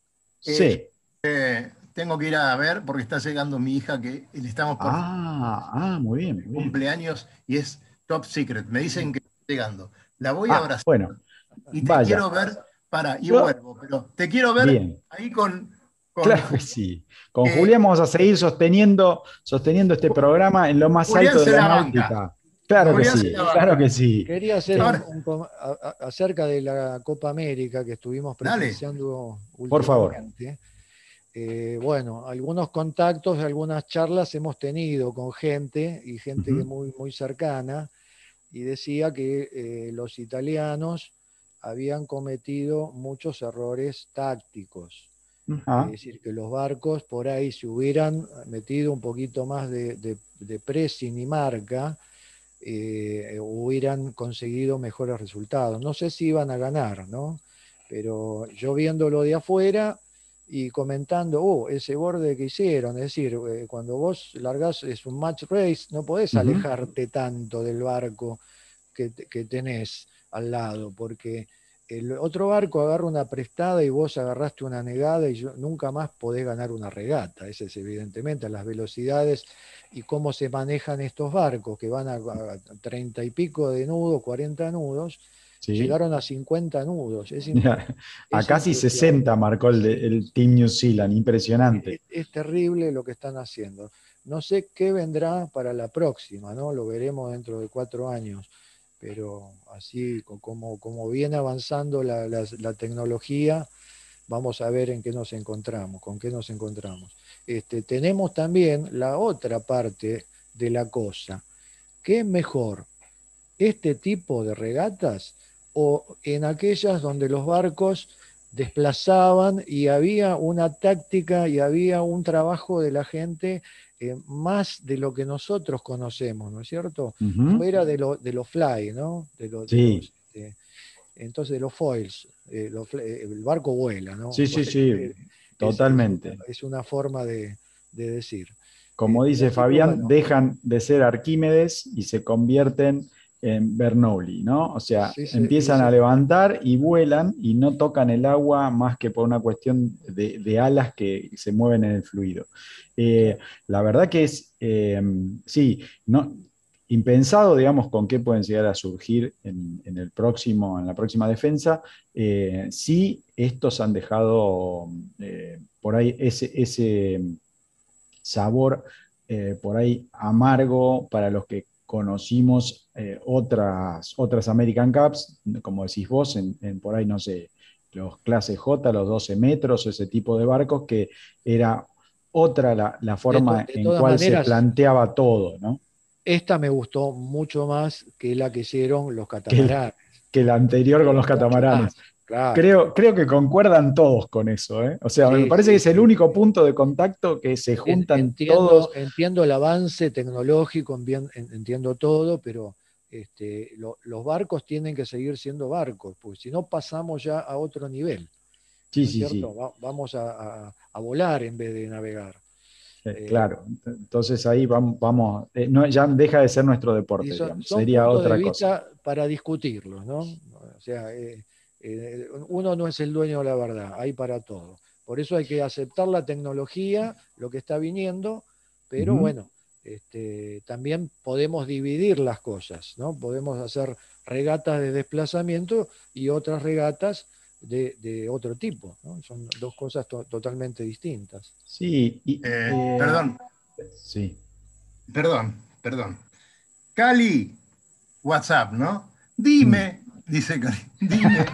Eh, yo, Sí. eh, tengo que ir a ver porque está llegando mi hija que le estamos por Ah, ah, muy bien, muy bien. cumpleaños y es top secret. Me dicen que está llegando. La voy a Ah, abrazar bueno, y te vaya. quiero ver, para, y Yo, vuelvo, pero te quiero ver bien. ahí con, con Claro que Julián. sí. Con Eh, Julián vamos a seguir sosteniendo, sosteniendo este programa en lo más Julián alto de se la la banca. náutica. Claro que Julián se sí, la claro banca. que sí. Quería hacer un, Eh, Ahora, un com- a- a- acerca de la Copa América que estuvimos dale. presenciando por favor. últimamente. Eh, bueno, algunos contactos, algunas charlas hemos tenido con gente y gente que Ujú. muy, muy cercana y decía que eh, los italianos habían cometido muchos errores tácticos. Es Ajá. decir, que los barcos por ahí se hubieran metido un poquito más de, de, de pressing y marca, eh, hubieran conseguido mejores resultados. No sé si iban a ganar, ¿no? Pero yo viéndolo de afuera y comentando, oh, ese borde que hicieron, es decir, eh, cuando vos largás, es un match race, no podés Ujú. alejarte tanto del barco que, que tenés al lado, porque el otro barco agarra una prestada y vos agarraste una negada y yo, nunca más podés ganar una regata. Ese es evidentemente las velocidades y cómo se manejan estos barcos que van a, a treinta y pico de nudos, cuarenta nudos, Sí. llegaron a cincuenta nudos. Es, Mira, a es casi impresionante. sesenta marcó el, de- el Team New Zealand, impresionante. Es, es terrible lo que están haciendo. No sé qué vendrá para la próxima, ¿no? Lo veremos dentro de cuatro años, pero así como, como viene avanzando la, la, la tecnología, vamos a ver en qué nos encontramos, con qué nos encontramos. Este, tenemos también la otra parte de la cosa. ¿Qué es mejor? ¿Este tipo de regatas o en aquellas donde los barcos desplazaban y había una táctica y había un trabajo de la gente eh, más de lo que nosotros conocemos, ¿no es cierto? Ujú. Fuera de lo, de los fly, ¿no? De, lo- de Sí, los, este, entonces de los foils, eh, los fl- eh, el barco vuela, ¿no? sí, sí, sí, Es, es una, totalmente. es una forma de, de decir. Como Este, dice así que Fabián, bueno, dejan de ser Arquímedes y se convierten en Bernoulli, ¿no? O sea, sí, sí, y empiezan a sí, levantar y vuelan y no tocan el agua más que por una cuestión de, de alas que se mueven en el fluido. Eh, claro. la verdad que es, eh, sí, no, impensado, digamos, con qué pueden llegar a surgir en, en el próximo, en la próxima defensa. Eh, sí, estos han dejado eh, por ahí ese, ese sabor eh, por ahí amargo para los que conocimos eh, otras, otras American Cups, como decís vos, en, en por ahí, no sé, los clase J, los doce metros, ese tipo de barcos, que era otra la, la De, to- forma de en todas cual se maneras, planteaba todo, ¿no? esta me gustó mucho más que la que hicieron los Que, el- catamaranes. que la anterior con los Mucho catamaranes. más, claro. Creo, creo que concuerdan todos con eso, ¿eh? O sea, me Sí, parece que sí, es el sí. único punto de contacto que se En- juntan todos. entiendo, entiendo el avance tecnológico, embien- en- entiendo todo, pero este, lo- los barcos tienen que seguir siendo barcos, porque si no pasamos ya a otro nivel, Sí, ¿no es sí, cierto? sí. Va- vamos a, a- a volar en vez de navegar. Eh, Eh, claro, entonces ahí vamos, vamos eh, no, ya deja de ser nuestro y deporte, son, digamos, son sería puntos de otra cosa. vista para discutirlos, ¿no? O sea, eh, eh, uno no es el dueño de la verdad, hay para todo. Por eso hay que aceptar la tecnología, lo que está viniendo, pero Ujú. bueno, este, también podemos dividir las cosas, ¿no? Podemos hacer regatas de desplazamiento y otras regatas de, de otro tipo, ¿no? Son dos cosas to- totalmente distintas. Sí, y, Eh, eh, perdón, sí. perdón, perdón. Cali, WhatsApp, ¿no? Mm. Dime, dice Cali, dime.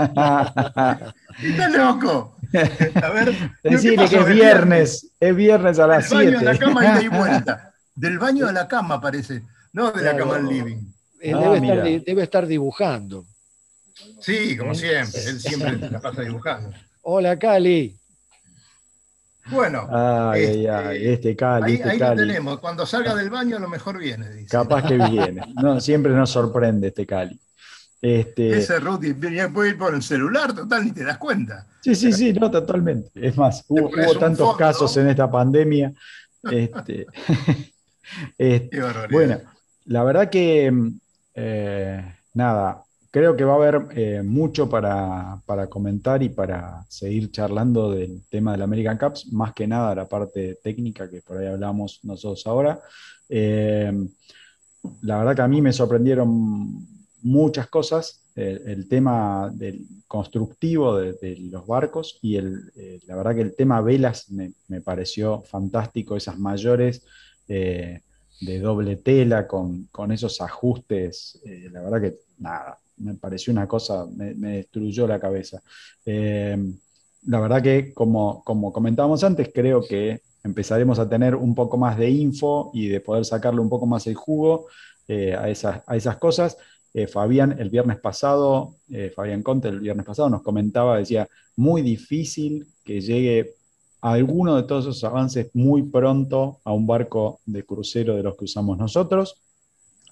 Está loco. A ver, ¿qué Decirle que pasó? es Es viernes. viernes, es viernes a las Del baño a la siete. cama, ida y vuelta. Del baño a la cama, parece. No de la cama al Claro, living. él Ah, debe estar, mira. di- debe estar dibujando. Sí, como ¿Eh? siempre. Él siempre la pasa dibujando. Hola, Cali. Bueno, Ay, ay, ay, este, este Cali, ahí, este ahí lo Cali. tenemos. Cuando salga del baño, a lo mejor viene, dice. Capaz que viene. No, siempre nos sorprende este Cali. Este, Ese Ruti venía- puede ir por el celular, total, ni te das cuenta. sí, sí, sí, no, totalmente. Es más, Te hubo, pones hubo un tantos casos fondo. en esta pandemia. Este, Qué este, bueno, barbaridad. la verdad que mm, eh, nada, creo que va a haber eh, mucho para, para comentar y para seguir charlando del tema del American Cups, más que nada la parte técnica que por ahí hablamos nosotros ahora. Eh, la verdad que a mí me sorprendieron muchas cosas, el, el tema del constructivo de, de los barcos y el, eh, la verdad que el tema velas me, me pareció fantástico, esas mayores eh, de doble tela con, con esos ajustes, eh, la verdad que nada, me pareció una cosa, me, me destruyó la cabeza. Eh, la verdad que, como, como comentábamos antes, creo que empezaremos a tener un poco más de info y de poder sacarle un poco más el jugo eh, a, esas, a esas cosas. Eh, Fabián el viernes pasado, eh, Fabián Conte el viernes pasado nos comentaba, decía, muy difícil que llegue alguno de todos esos avances muy pronto a un barco de crucero de los que usamos nosotros.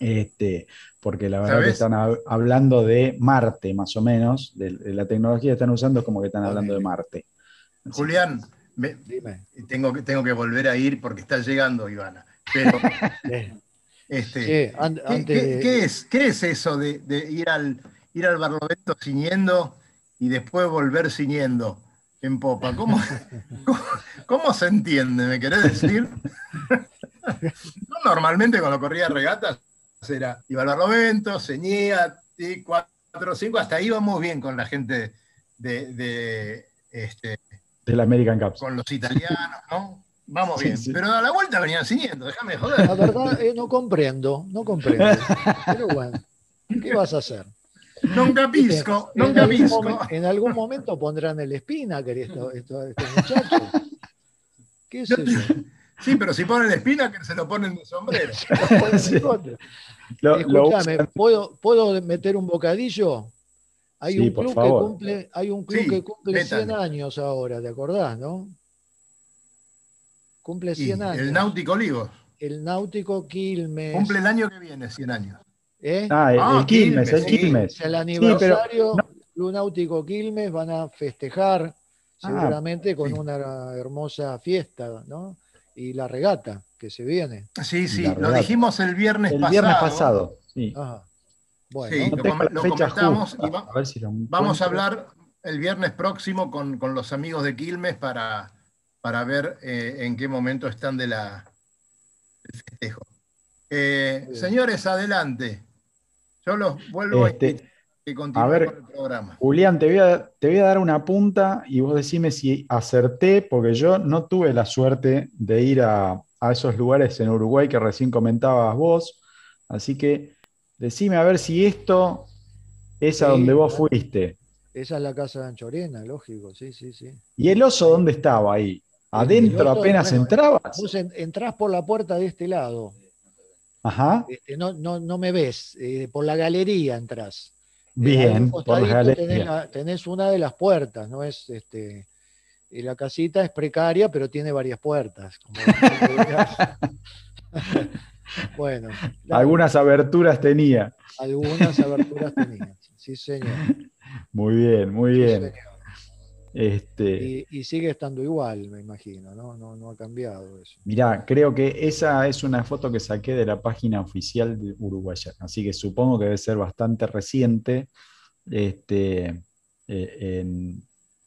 Este, porque la verdad que ¿Sabés? están hab- hablando de Marte, más o menos, de, de la tecnología que están usando, como que están hablando de Ponele. Marte. Así que, Julián, me- Dime. tengo, que- tengo que volver a ir porque está llegando Ivana. Pero, Eh, este, Che, an- ¿qué, antes qué- qué de. es, qué es eso de, de ir al, ir al Barlovento ciñendo y después volver ciñendo en popa? ¿Cómo, cómo, cómo se entiende? ¿Me querés decir? Yo normalmente cuando corría regatas era, iba al Barlovento, ceñía, y cuatro o cinco, hasta ahí íbamos bien con la gente de, de, este, del American Cups. con los italianos, ¿no? Vamos Sí, bien. sí. Pero a la vuelta venían siguiendo, déjame La joder. verdad, eh, no comprendo, no comprendo. Pero bueno, ¿qué vas a hacer? Non ¿Viste? capisco, non En algún capisco. momen- en algún momento pondrán el Spinnaker esto- esto- estos muchachos. ¿Qué sé yo? Sí, pero si ponen Spinnaker se lo ponen de sombrero. Se lo ponen Sí. en contra. Lo, lo Escúchame, usan. ¿puedo, ¿puedo meter un bocadillo? Hay Sí, un por club que favor. cumple, hay un club que Sí, cumple cien métalo. años ahora, ¿te acordás, no? Cumple Y cien el años. Náutico Olivos El Náutico cumple Quilmes, el año que viene, cien años. ¿eh? Ah, el, el Ah, Quilmes, Quilmes, el sí. Quilmes. Es el Sí, pero no. aniversario del Club Náutico Quilmes, van a festejar Ah, seguramente con Sí, una hermosa fiesta, ¿no? Y la regata que se viene. sí, y la sí, lo regata. dijimos el viernes El viernes pasado. pasado, sí. Ajá. Sí, Bueno, No lo, tengo com- la lo fecha comentamos y justa. va- A ver si lo vamos a encuentro. hablar el viernes próximo con, con los amigos de Quilmes para, para ver eh, en qué momento están de la, del festejo. Eh, muy bien. señores, adelante. Yo los vuelvo a invitar Este, a que a continúen con ver, el programa. Julián, te voy a, te voy a dar una punta y vos decime si acerté, porque yo no tuve la suerte de ir a, a esos lugares en Uruguay que recién comentabas vos. Así que decime a ver si esto es a donde Sí, vos bueno, fuiste. esa es la casa de Anchorena, lógico, sí, sí, sí. ¿Y el oso Ahí. dónde estaba ahí? El, el ¿Adentro oso, apenas bueno, entrabas? vos en- entrás por la puerta de este lado, Ajá, este, no, no, no me ves, eh, por la galería entrás. Eh, ahí a un bien, por la costadito tenés, galería. la- tenés una de las puertas, no es este, y la casita es precaria, pero tiene varias puertas, como comprenderás. Bueno, la- Algunas aberturas tenía. algunas aberturas tenía. Sí, señor. Muy bien, muy Sí, bien. señor. Este, Y, y sigue estando igual, me imagino, ¿no? No, no ha cambiado eso. mirá, creo que esa es una foto que saqué de la página oficial de Uruguaya, así que supongo que debe ser bastante reciente. Este, eh, en,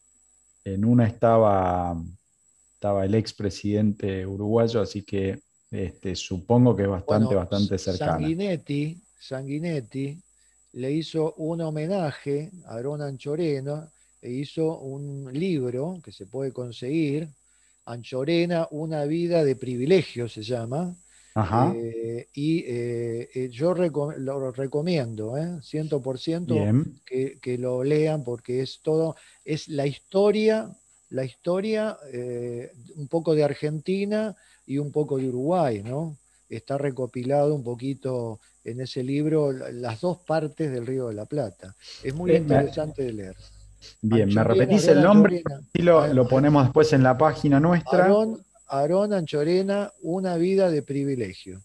en una estaba, estaba el expresidente uruguayo, así que este, supongo que es bastante, Bueno, bastante cercana. Sanguinetti, Sanguinetti le hizo un homenaje a Aaron Anchorena e hizo un libro que se puede conseguir, Anchorena, una vida de privilegio se llama, Ajá, eh, y eh, eh, yo reco- lo recomiendo, ¿eh? cien por ciento bien. que, que lo lean porque es todo, es la historia, la historia eh, un poco de Argentina y un poco de Uruguay, ¿no? Está recopilado un poquito en ese libro la- las dos partes del Río de la Plata. Es muy Eh, me- interesante de leer. bien, ¿me Anchorena, repetís Aarón el nombre? Anchorena, Y lo, A- lo ponemos después en la página nuestra. Aarón, Aarón Anchorena, una vida de privilegio.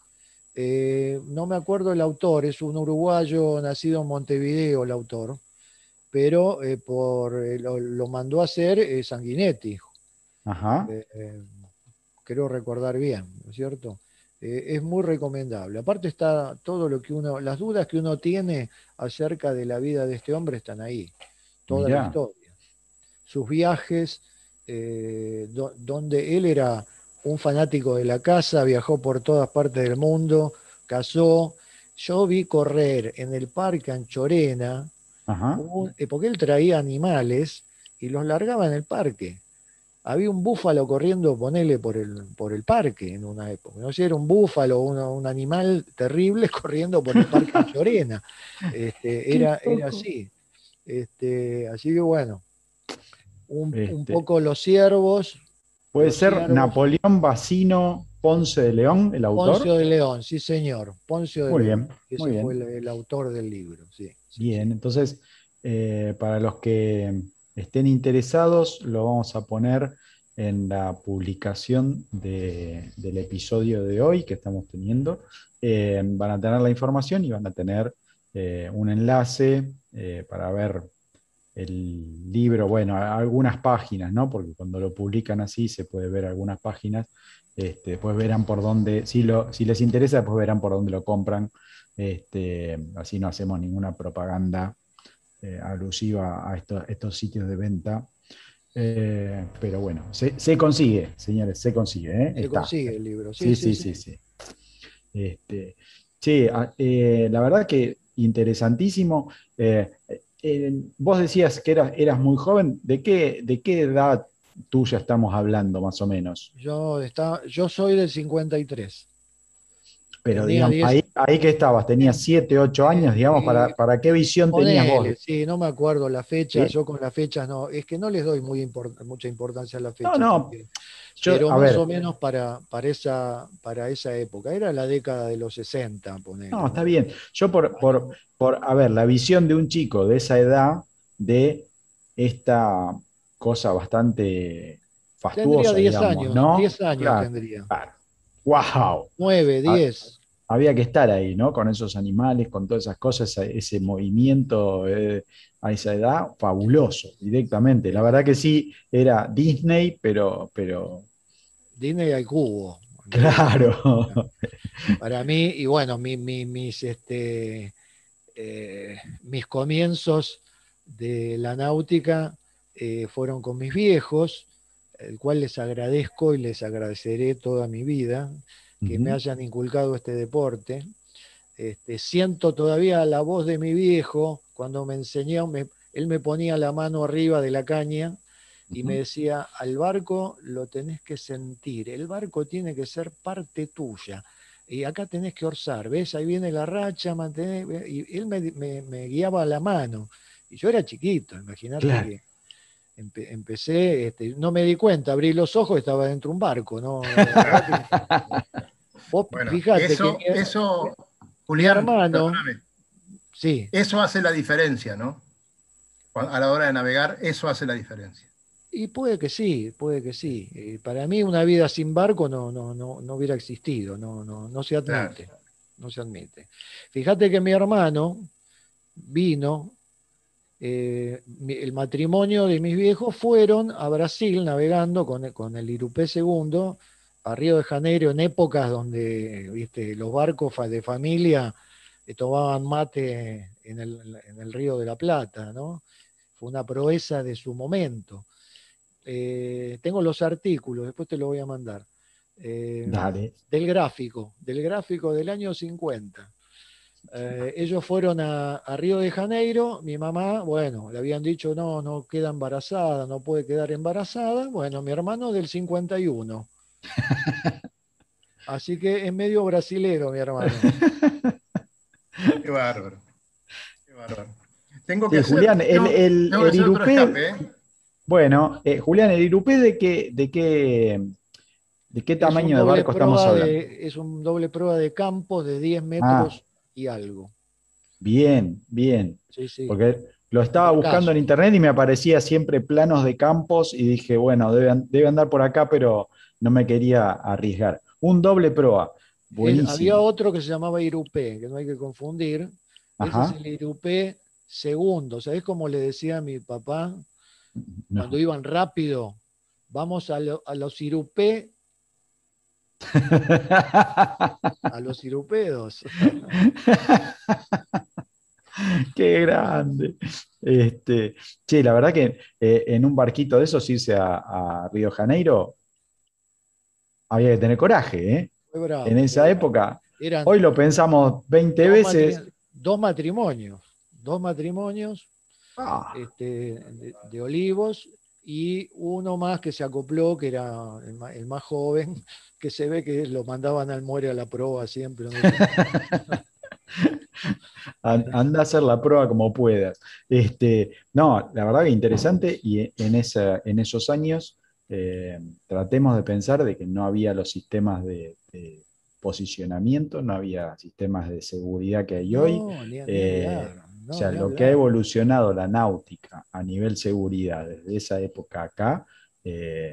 Eh, no me acuerdo el autor, es un uruguayo nacido en Montevideo el autor, pero eh, por, eh, lo, lo mandó a hacer eh, Sanguinetti, Ajá. eh, eh, creo recordar bien, ¿no es cierto? Eh, es muy recomendable. Aparte está todo lo que uno, las dudas que uno tiene acerca de la vida de este hombre están ahí, toda la Mirá. historia, sus viajes, eh, do- donde él era un fanático de la caza, viajó por todas partes del mundo, cazó. Yo vi correr en el Parque Anchorena, Ajá. un- eh, porque él traía animales y los largaba en el parque. Había un búfalo corriendo, ponele, por el, por el parque en una época. No sé si era un búfalo o una- un animal terrible corriendo por el Parque Anchorena. Este, Qué era, era loco. así. Este, así que bueno, un, un Este, poco los ciervos, puede los ser ciervos. Napoleón Bacino Ponce de León, el autor. Poncio de León, sí señor, Poncio de Muy León. bien, muy Ese fue bien. el, el autor del libro, sí, sí, Bien, sí. entonces, eh, para los que estén interesados, lo vamos a poner en la publicación de- del episodio de hoy que estamos teniendo. Eh, van a tener la información y van a tener eh, un enlace eh, para ver el libro, bueno, a- algunas páginas, ¿no? Porque cuando lo publican así se puede ver algunas páginas. Este, después verán por dónde, si, lo, si les interesa, después verán por dónde lo compran. Este, así no hacemos ninguna propaganda eh, alusiva a estos, estos sitios de venta. Eh, pero bueno, se, se consigue, señores, se consigue, ¿eh? Se Está. consigue el libro, sí, Sí, sí, sí, sí. sí, sí. Este, sí, a- eh, la verdad que interesantísimo. Eh, eh, vos decías que eras, eras muy joven. ¿De qué, de qué edad tuya estamos hablando, más o menos? Yo, está, yo soy del cincuenta y tres. Pero Tenía digamos, diez. ahí, ahí que estabas, tenías siete, ocho años, digamos, ¿para, eh, para qué visión tenías vos? Ponele, sí, no me acuerdo la fecha, ¿Sí? yo con las fechas no, es que no les doy muy import- mucha importancia a la No, fecha no, también, yo, pero a más o ver, menos para, para esa, para esa época, era la década de los sesenta, no, ponele, está ¿no? bien. Yo por, por, Año- por, a ver, la visión de un chico de esa edad, de esta cosa bastante Tendría fastuosa, diez digamos, años, ¿no? diez años Claro, tendría, claro. ¡Wow! nueve, diez. Había que estar ahí, ¿no? Con esos animales, con todas esas cosas, ese ese movimiento eh, a esa edad, fabuloso, directamente. La verdad que sí, era Disney, pero, pero Disney al cubo, en realidad. claro. Para mí, y bueno, mi- mi- mis, este, eh, mis comienzos de la náutica eh, fueron con mis viejos, el cual les agradezco y les agradeceré toda mi vida que me Ujú, hayan inculcado este deporte. Este, siento todavía la voz de mi viejo cuando me enseñó, me- él me ponía la mano arriba de la caña y me ujú. decía, al barco lo tenés que sentir, el barco tiene que ser parte tuya. Y acá tenés que orzar, ¿ves? Ahí viene la racha, mantenés, ¿ves? Y él me, me- me guiaba la mano. Y yo era chiquito, imagínate Claro. que empe- empecé, este, no me di cuenta, abrí los ojos, estaba dentro de un barco, ¿no? La verdad que, vos Bueno, fíjate que eso, mi, eso, mi Julián, hermano, perdóname, sí, eso hace la diferencia, ¿no? A la hora de navegar, eso hace la diferencia. y puede que sí, puede que sí. Eh, para mí una vida sin barco no, no, no, no hubiera existido, no, no, no se Claro. admite, no se admite. Fíjate que mi hermano vino, eh, mi- el matrimonio de mis viejos fueron a Brasil navegando con, el- con el Irupé segundo a Río de Janeiro en épocas donde, viste, los barcos fa- de familia eh, tomaban mate en el, en el Río de la Plata, ¿no? Fue una proeza de su momento. Eh, tengo los artículos, después te lo voy a mandar, eh, Dale. del gráfico, del gráfico del año cincuenta. Eh, ellos fueron a, a Río de Janeiro, mi mamá, bueno, le habían dicho, no, no queda embarazada, no puede quedar embarazada, bueno, mi hermano del cincuenta y uno, así que es medio brasilero mi hermano. Qué bárbaro, qué bárbaro. Tengo que Sí, hacer, Julián, el, tengo, el, tengo que el hacer otro Irupé, escape, ¿eh? bueno, eh, Julián, ¿el Irupé de qué, de qué, de qué Es un tamaño de doble barco estamos proa hablando? de, es un doble proa de campos de diez Ah, metros y algo. bien, bien. Sí, sí, Porque lo un estaba buscando en barcazo. internet y me aparecía siempre planos de campos y dije, bueno, debe, an- debe andar por acá, pero no me quería arriesgar. Un doble proa, Es- había buenísimo. otro que se llamaba Irupé, que no hay que confundir. Ese es Ajá, el Irupé segundo. ¿Sabés cómo le decía a mi papá cuando no. iban rápido? Vamos a, lo- a los Irupé, a los Irupedos. Qué grande. Este, che, la verdad que eh, en un barquito de esos irse a, a Río de Janeiro había que tener coraje, ¿eh? Fue En bravo, fue esa bravo. época, Eran hoy lo pensamos veinte dos, veces. matri- dos matrimonios, dos matrimonios Ah, este, de, de Olivos y uno más que se acopló, que era el ma- el más, joven, que se ve que lo mandaban al muere a la proa siempre. No sé. an- anda a hacer la prueba como puedas. Este, no, la verdad que interesante y en, esa, en esos años eh, tratemos de pensar de que no había los sistemas de, de posicionamiento, no había sistemas de seguridad que hay hoy. No, ni, ni Eh, hablar, o no, sea, ni lo que ha hablar. evolucionado la náutica a nivel seguridad desde esa época acá, eh,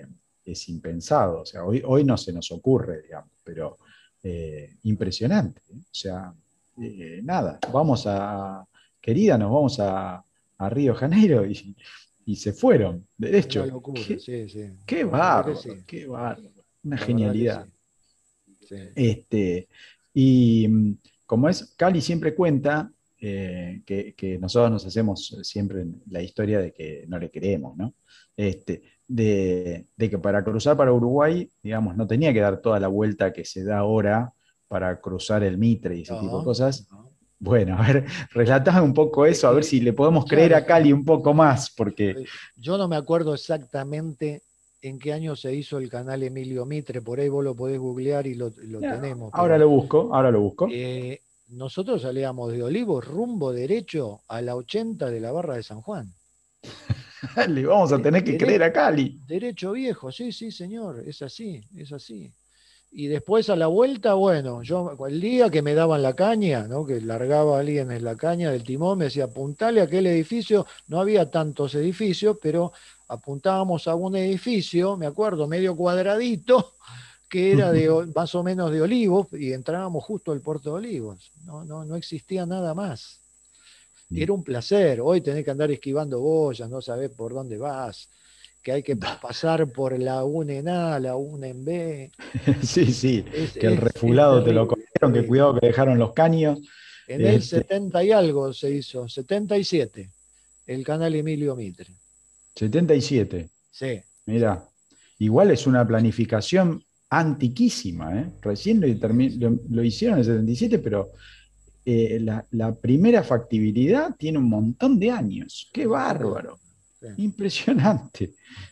es impensado. O sea, hoy, hoy no se nos ocurre, digamos, pero eh, impresionante. ¿eh? O sea, eh, nada, vamos a, querida, nos vamos a, a Río de Janeiro y, y se fueron, Una derecho. locura, Qué, sí, sí. qué La verdad que bárbaro, sí. qué bárbaro. Una La verdad que genialidad. sí. Sí. Este, y mm, como es, Cali siempre cuenta eh, que, que nosotros nos hacemos siempre la historia de que no le queremos, ¿no? Este, de, de que para cruzar para Uruguay, digamos, no tenía que dar toda la vuelta que se da ahora para cruzar el Mitre y ese tipo de No, cosas. no. Bueno, a ver, relatame un poco Es eso, a ver si que, le podemos creer claro, a Cali un poco más, porque eh, yo no me acuerdo exactamente en qué año se hizo el canal Emilio Mitre, por ahí vos lo podés googlear y lo, lo ya, tenemos, ahora pero lo busco, ahora lo busco. eh, nosotros salíamos de Olivos rumbo derecho a la ochenta de la Barra de San Juan. Le vamos a De- tener que dere- creer a Cali. derecho viejo, sí, sí, señor, es así, es así. Y después a la vuelta, bueno, yo el día que me daban la caña, ¿no? Que largaba alguien en la caña del timón, me decía, apuntale a aquel edificio, no había tantos edificios, pero apuntábamos a un edificio, me acuerdo, medio cuadradito, que era de o- más o menos de Olivos, y entrábamos justo al puerto de Olivos. No, no, no existía nada más. Era un placer. Hoy tenés que andar esquivando boyas, no sabés por dónde vas, que hay que pasar por la una en A, la una en B. Sí, sí, Es, que el es, es refulado te lo terrible, comieron, que terrible. cuidado que dejaron los caños. En el Este, setenta y algo se hizo, setenta y siete, el canal Emilio Mitre. setenta y siete, Sí, sí, mira, igual es una planificación antiquísima, ¿eh? Recién lo, sí, termi- sí, lo- lo hicieron en el setenta y siete, pero eh, la, la primera factibilidad tiene un montón de años. ¡Qué un montón de bárbaro! años. Sí. Impresionante,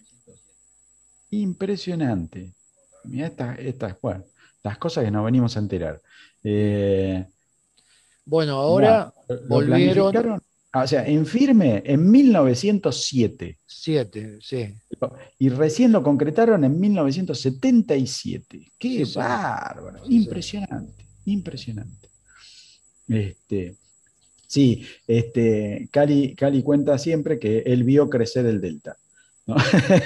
impresionante. Mira estas, estas, bueno, las cosas que nos venimos a enterar. Sí. Eh, Bueno, Bueno, ahora lo volvieron planificaron, o sea, en firme en mil novecientos siete siete, sí, y recién lo concretaron en mil novecientos setenta y siete. ¡Qué sí, señor. bárbaro! Sí, señor. Impresionante, impresionante. Este, sí, este, Cali, Cali cuenta siempre que él vio crecer el delta, ¿no?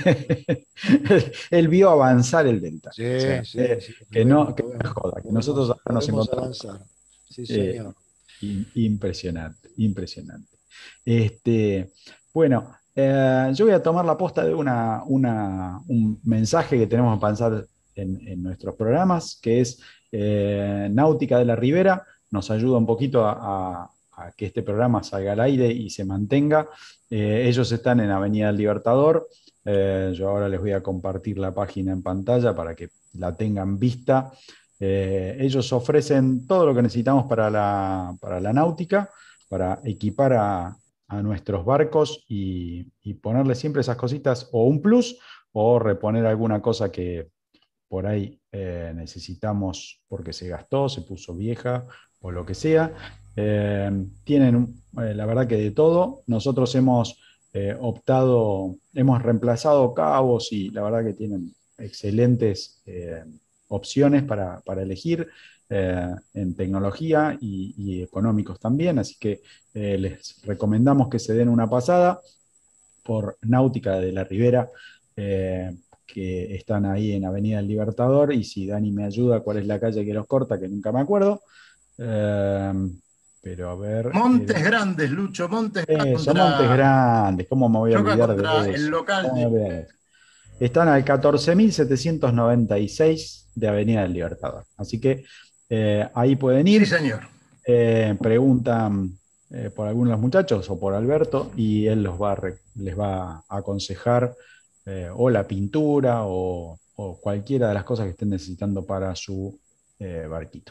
él, él vio avanzar el delta. O Sí, sea, sí, eh, sí, lo que no, vemos, que lo no es vemos. joda, que Lo nosotros vemos, ahora lo nos vemos encontramos. avanzar. Sí, Eh, señor. im- impresionante, impresionante. Este, bueno, eh, yo voy a tomar la posta de una, una- un mensaje que tenemos que pensar en, en nuestros programas, que es eh, Náutica de la Ribera. Nos ayuda un poquito a, a- a que este programa salga al aire y se mantenga. Eh, ellos están en Avenida del Libertador. Eh, yo ahora les voy a compartir la página en pantalla para que la tengan vista. Eh, ellos ofrecen todo lo que necesitamos para la, para la náutica, para equipar a, a nuestros barcos y, y ponerle siempre esas cositas o un plus o reponer alguna cosa que por ahí eh, necesitamos porque se gastó, se puso vieja o lo que sea. Eh, tienen, eh, la verdad que de todo. Nosotros hemos eh, optado, hemos reemplazado cabos y la verdad que tienen excelentes eh, opciones para, para elegir eh, en tecnología y, y económicos también, así que eh, les recomendamos que se den una pasada por Náutica de la Ribera, eh, que están ahí en Avenida del Libertador, y si Dani me ayuda, ¿cuál es la calle que los corta? Que nunca me acuerdo. Eh, pero a ver, Montes era... Grandes, Lucho, Montes Eso, Montes contra, Grandes, ¿cómo me voy a choca olvidar contra de el eso? local ¿Cómo me de... voy a olvidar de eso? Están al catorce mil setecientos noventa y seis de Avenida del Libertador. Así que eh, ahí pueden Sí, ir, señor. eh, preguntan eh, por algunos de los muchachos o por Alberto y él los va a re- les va a aconsejar eh, o la pintura o, o cualquiera de las cosas que estén necesitando para su eh, barquito.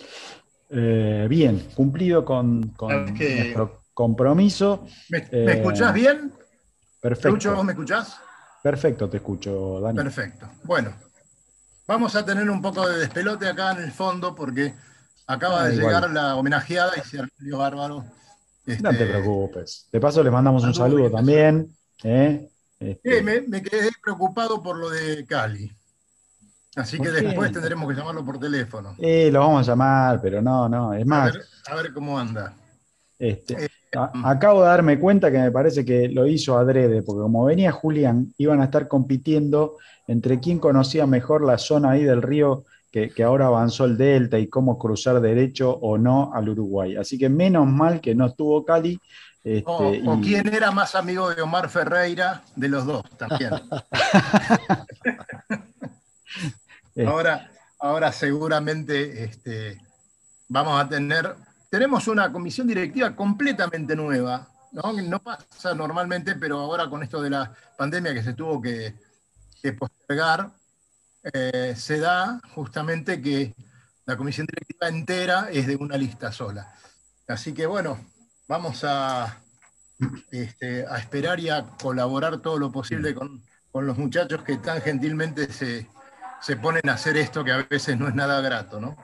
Eh, bien, cumplido con, Es con que, nuestro compromiso. ¿me, me escuchás Eh, bien? Lucho, ¿vos perfecto, me escuchás? perfecto, te escucho, Dani. Perfecto. Bueno, vamos a tener un poco de despelote acá en el fondo porque acaba Ah, de igual, llegar la homenajeada y se arregló bárbaro. no te Este, preocupes. De paso, les mandamos un anduvo saludo bien de suerte. también. ¿eh? Eh, Este, me, me quedé preocupado por lo de Cali, así que ¿por después qué? tendremos que llamarlo por teléfono. Eh, lo vamos a llamar, pero no, no. Es A más, ver, a ver cómo anda. este, A- acabo de darme cuenta que me parece que lo hizo adrede, porque como venía Julián, iban a estar compitiendo entre quién conocía mejor la zona ahí del río que, que ahora avanzó el delta y cómo cruzar derecho o no al Uruguay. Así que menos mal que no estuvo Cali. O, Este, o y quién era más amigo de Omar Ferreira de los dos también. eh, Ahora, ahora seguramente este, vamos a tener, tenemos una comisión directiva completamente nueva, ¿no? No pasa normalmente, pero ahora con esto de la pandemia que se tuvo que, que postergar, eh, se da justamente que la comisión directiva entera es de una lista sola. Así que bueno, vamos a, este, a esperar y a colaborar todo lo posible con, con los muchachos que tan gentilmente se, se ponen a hacer esto que a veces no es nada grato, ¿no?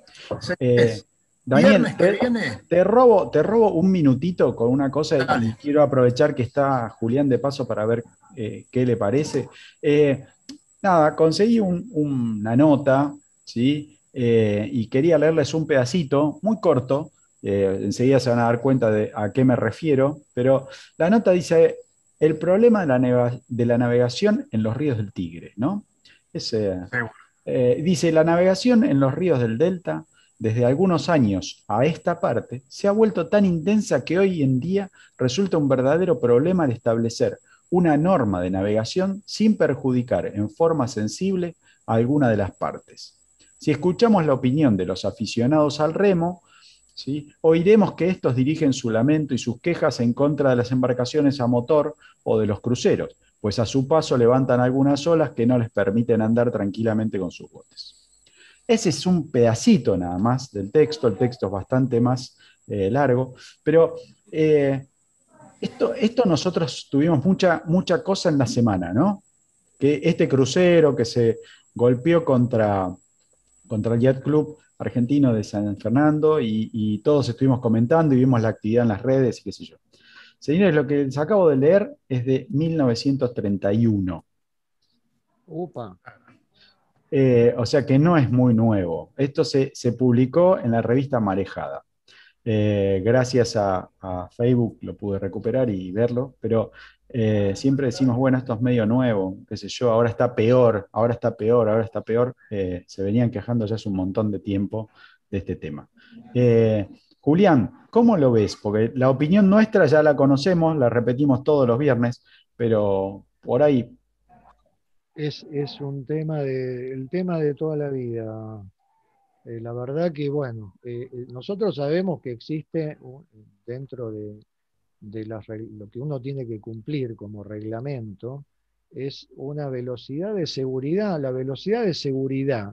eh, Señores, Daniel, viernes que te, viene, te robo, te robo un minutito con una cosa y dale. quiero aprovechar que está Julián de paso para ver eh, qué le parece. Eh, Nada, conseguí un- una nota, ¿sí? Eh, y quería leerles un pedacito muy corto. Eh, enseguida se van a dar cuenta de a qué me refiero, pero la nota dice, el problema de la, neva- de la navegación en los ríos del Tigre, ¿no? Es, eh, Seguro. eh, dice, la navegación en los ríos del Delta, desde algunos años a esta parte, se ha vuelto tan intensa que hoy en día resulta un verdadero problema al establecer una norma de navegación sin perjudicar en forma sensible a alguna de las partes. Si escuchamos la opinión de los aficionados al remo, ¿sí?, oiremos que estos dirigen su lamento y sus quejas en contra de las embarcaciones a motor o de los cruceros, pues a su paso levantan algunas olas que no les permiten andar tranquilamente con sus botes. Ese es un pedacito nada más del texto, el texto es bastante más eh, largo, pero eh, esto, esto nosotros tuvimos mucha, mucha cosa en la semana, ¿no? Que este crucero que se golpeó contra, contra el Yacht Club argentino de San Fernando y, y todos estuvimos comentando y vimos la actividad en las redes y qué sé yo. Señores, lo que les acabo de leer es de mil novecientos treinta y uno. Upa. Eh, o sea que no es muy nuevo. Esto se, se publicó en la revista Marejada. Eh, gracias a, a Facebook lo pude recuperar y verlo, pero eh, siempre decimos, bueno, esto es medio nuevo, qué sé yo, ahora está peor, ahora está peor, ahora está peor. Eh, se venían quejando ya hace un montón de tiempo de este tema. Eh, Julián, ¿cómo lo ves? Porque la opinión nuestra ya la conocemos, la repetimos todos los viernes, pero por ahí... Es, es un tema de, el tema de toda la vida. Eh, la verdad que, bueno, eh, eh, nosotros sabemos que existe un- dentro de, de las reg- lo que uno tiene que cumplir como reglamento, es una velocidad de seguridad. La velocidad de seguridad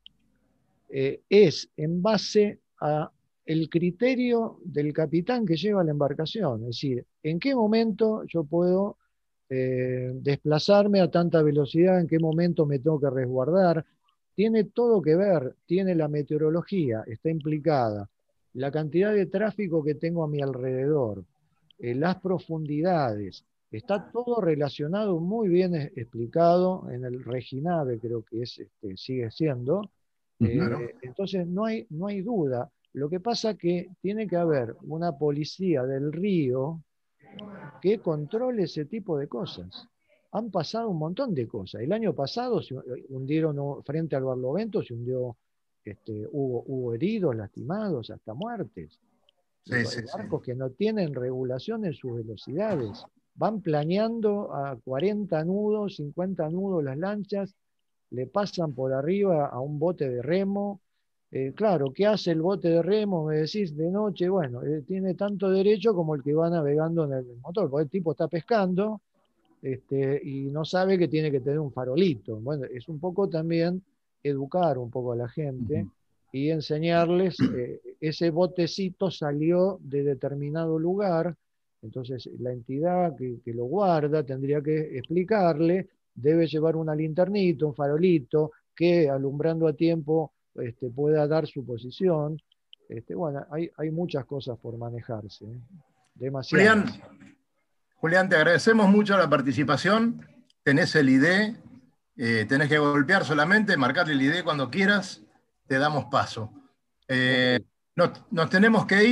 eh, es en base a el criterio del capitán que lleva la embarcación. Es decir, en qué momento yo puedo eh, desplazarme a tanta velocidad, en qué momento me tengo que resguardar. Tiene todo que ver, tiene la meteorología, está implicada, la cantidad de tráfico que tengo a mi alrededor, eh, las profundidades, está todo relacionado, muy bien es- explicado en el Reginave, creo que es, este, sigue siendo. Ujú. Claro. Eh, entonces no hay, no hay duda. Lo que pasa que tiene que haber una policía del río que controle ese tipo de cosas. Han pasado un montón de cosas. El año pasado se hundieron oh, frente al Barlovento, se hundió, este, hubo, hubo heridos, lastimados, hasta muertes. Sí, sí, sí. Barcos que no tienen regulación en sus velocidades. Van planeando a cuarenta nudos, cincuenta nudos las lanchas, le pasan por arriba a un bote de remo. Eh, claro, ¿qué hace el bote de remo? Me decís de noche, bueno, eh, tiene tanto derecho como el que va navegando en el motor, porque el tipo está pescando este, y no sabe que tiene que tener un farolito. Bueno, es un poco también educar un poco a la gente Ujú. y enseñarles, eh, ese botecito salió de determinado lugar, entonces la entidad que, que lo guarda tendría que explicarle, debe llevar una linternita, un farolito, que alumbrando a tiempo este, pueda dar su posición. Este, bueno, hay, hay muchas cosas por manejarse, ¿eh? Julián, Demasiadas. Julián, te agradecemos mucho la participación. Tenés el I D, eh, tenés que golpear solamente, marcarle el I D cuando quieras, te damos paso. Ok. Eh, nos, nos tenemos que ir.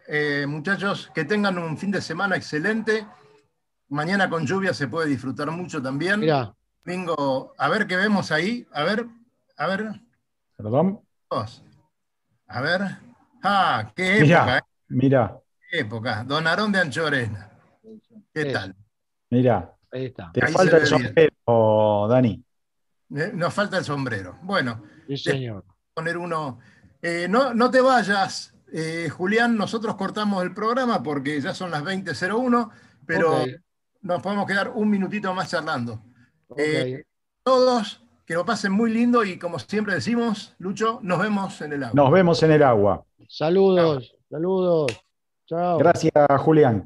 eh, muchachos, que tengan un fin de semana excelente. Mañana con lluvia se puede disfrutar mucho también. Mirá, Domingo, a ver qué vemos ahí. A ver, a ver. Perdón. Dos. A ver. Ah, qué Mirá, época, ¿eh? mirá, Qué época. Don Aarón de Anchorena. ¿Qué Eso. tal? mirá. ahí está. Te Ahí falta el se ve bien. sombrero, Dani. Eh, Nos falta el sombrero. Bueno, Sí, señor. poner uno. Eh, no, no te vayas, eh, Julián. Nosotros cortamos el programa porque ya son las veinte cero uno, pero Ok, nos podemos quedar un minutito más charlando. ok. Eh, todos, que lo pasen muy lindo y como siempre decimos, Lucho, nos vemos en el agua. Nos vemos en el agua. Saludos, saludos. Chao. Gracias, Julián.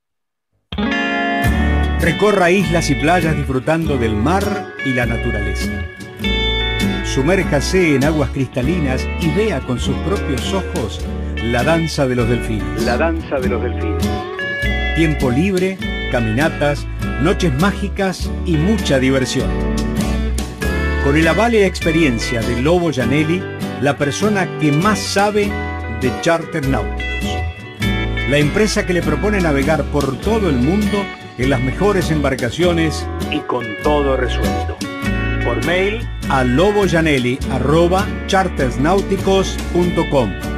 Recorra islas y playas disfrutando del mar y la naturaleza. Sumérjase en aguas cristalinas y vea con sus propios ojos la danza de los delfines. La danza de los delfines. Tiempo libre, caminatas, noches mágicas y mucha diversión. Con el aval y la experiencia de Lobo Gianelli, la persona que más sabe de charter náuticos. La empresa que le propone navegar por todo el mundo en las mejores embarcaciones y con todo resuelto. Por mail a lobogianelli arroba chartersnáuticos punto com.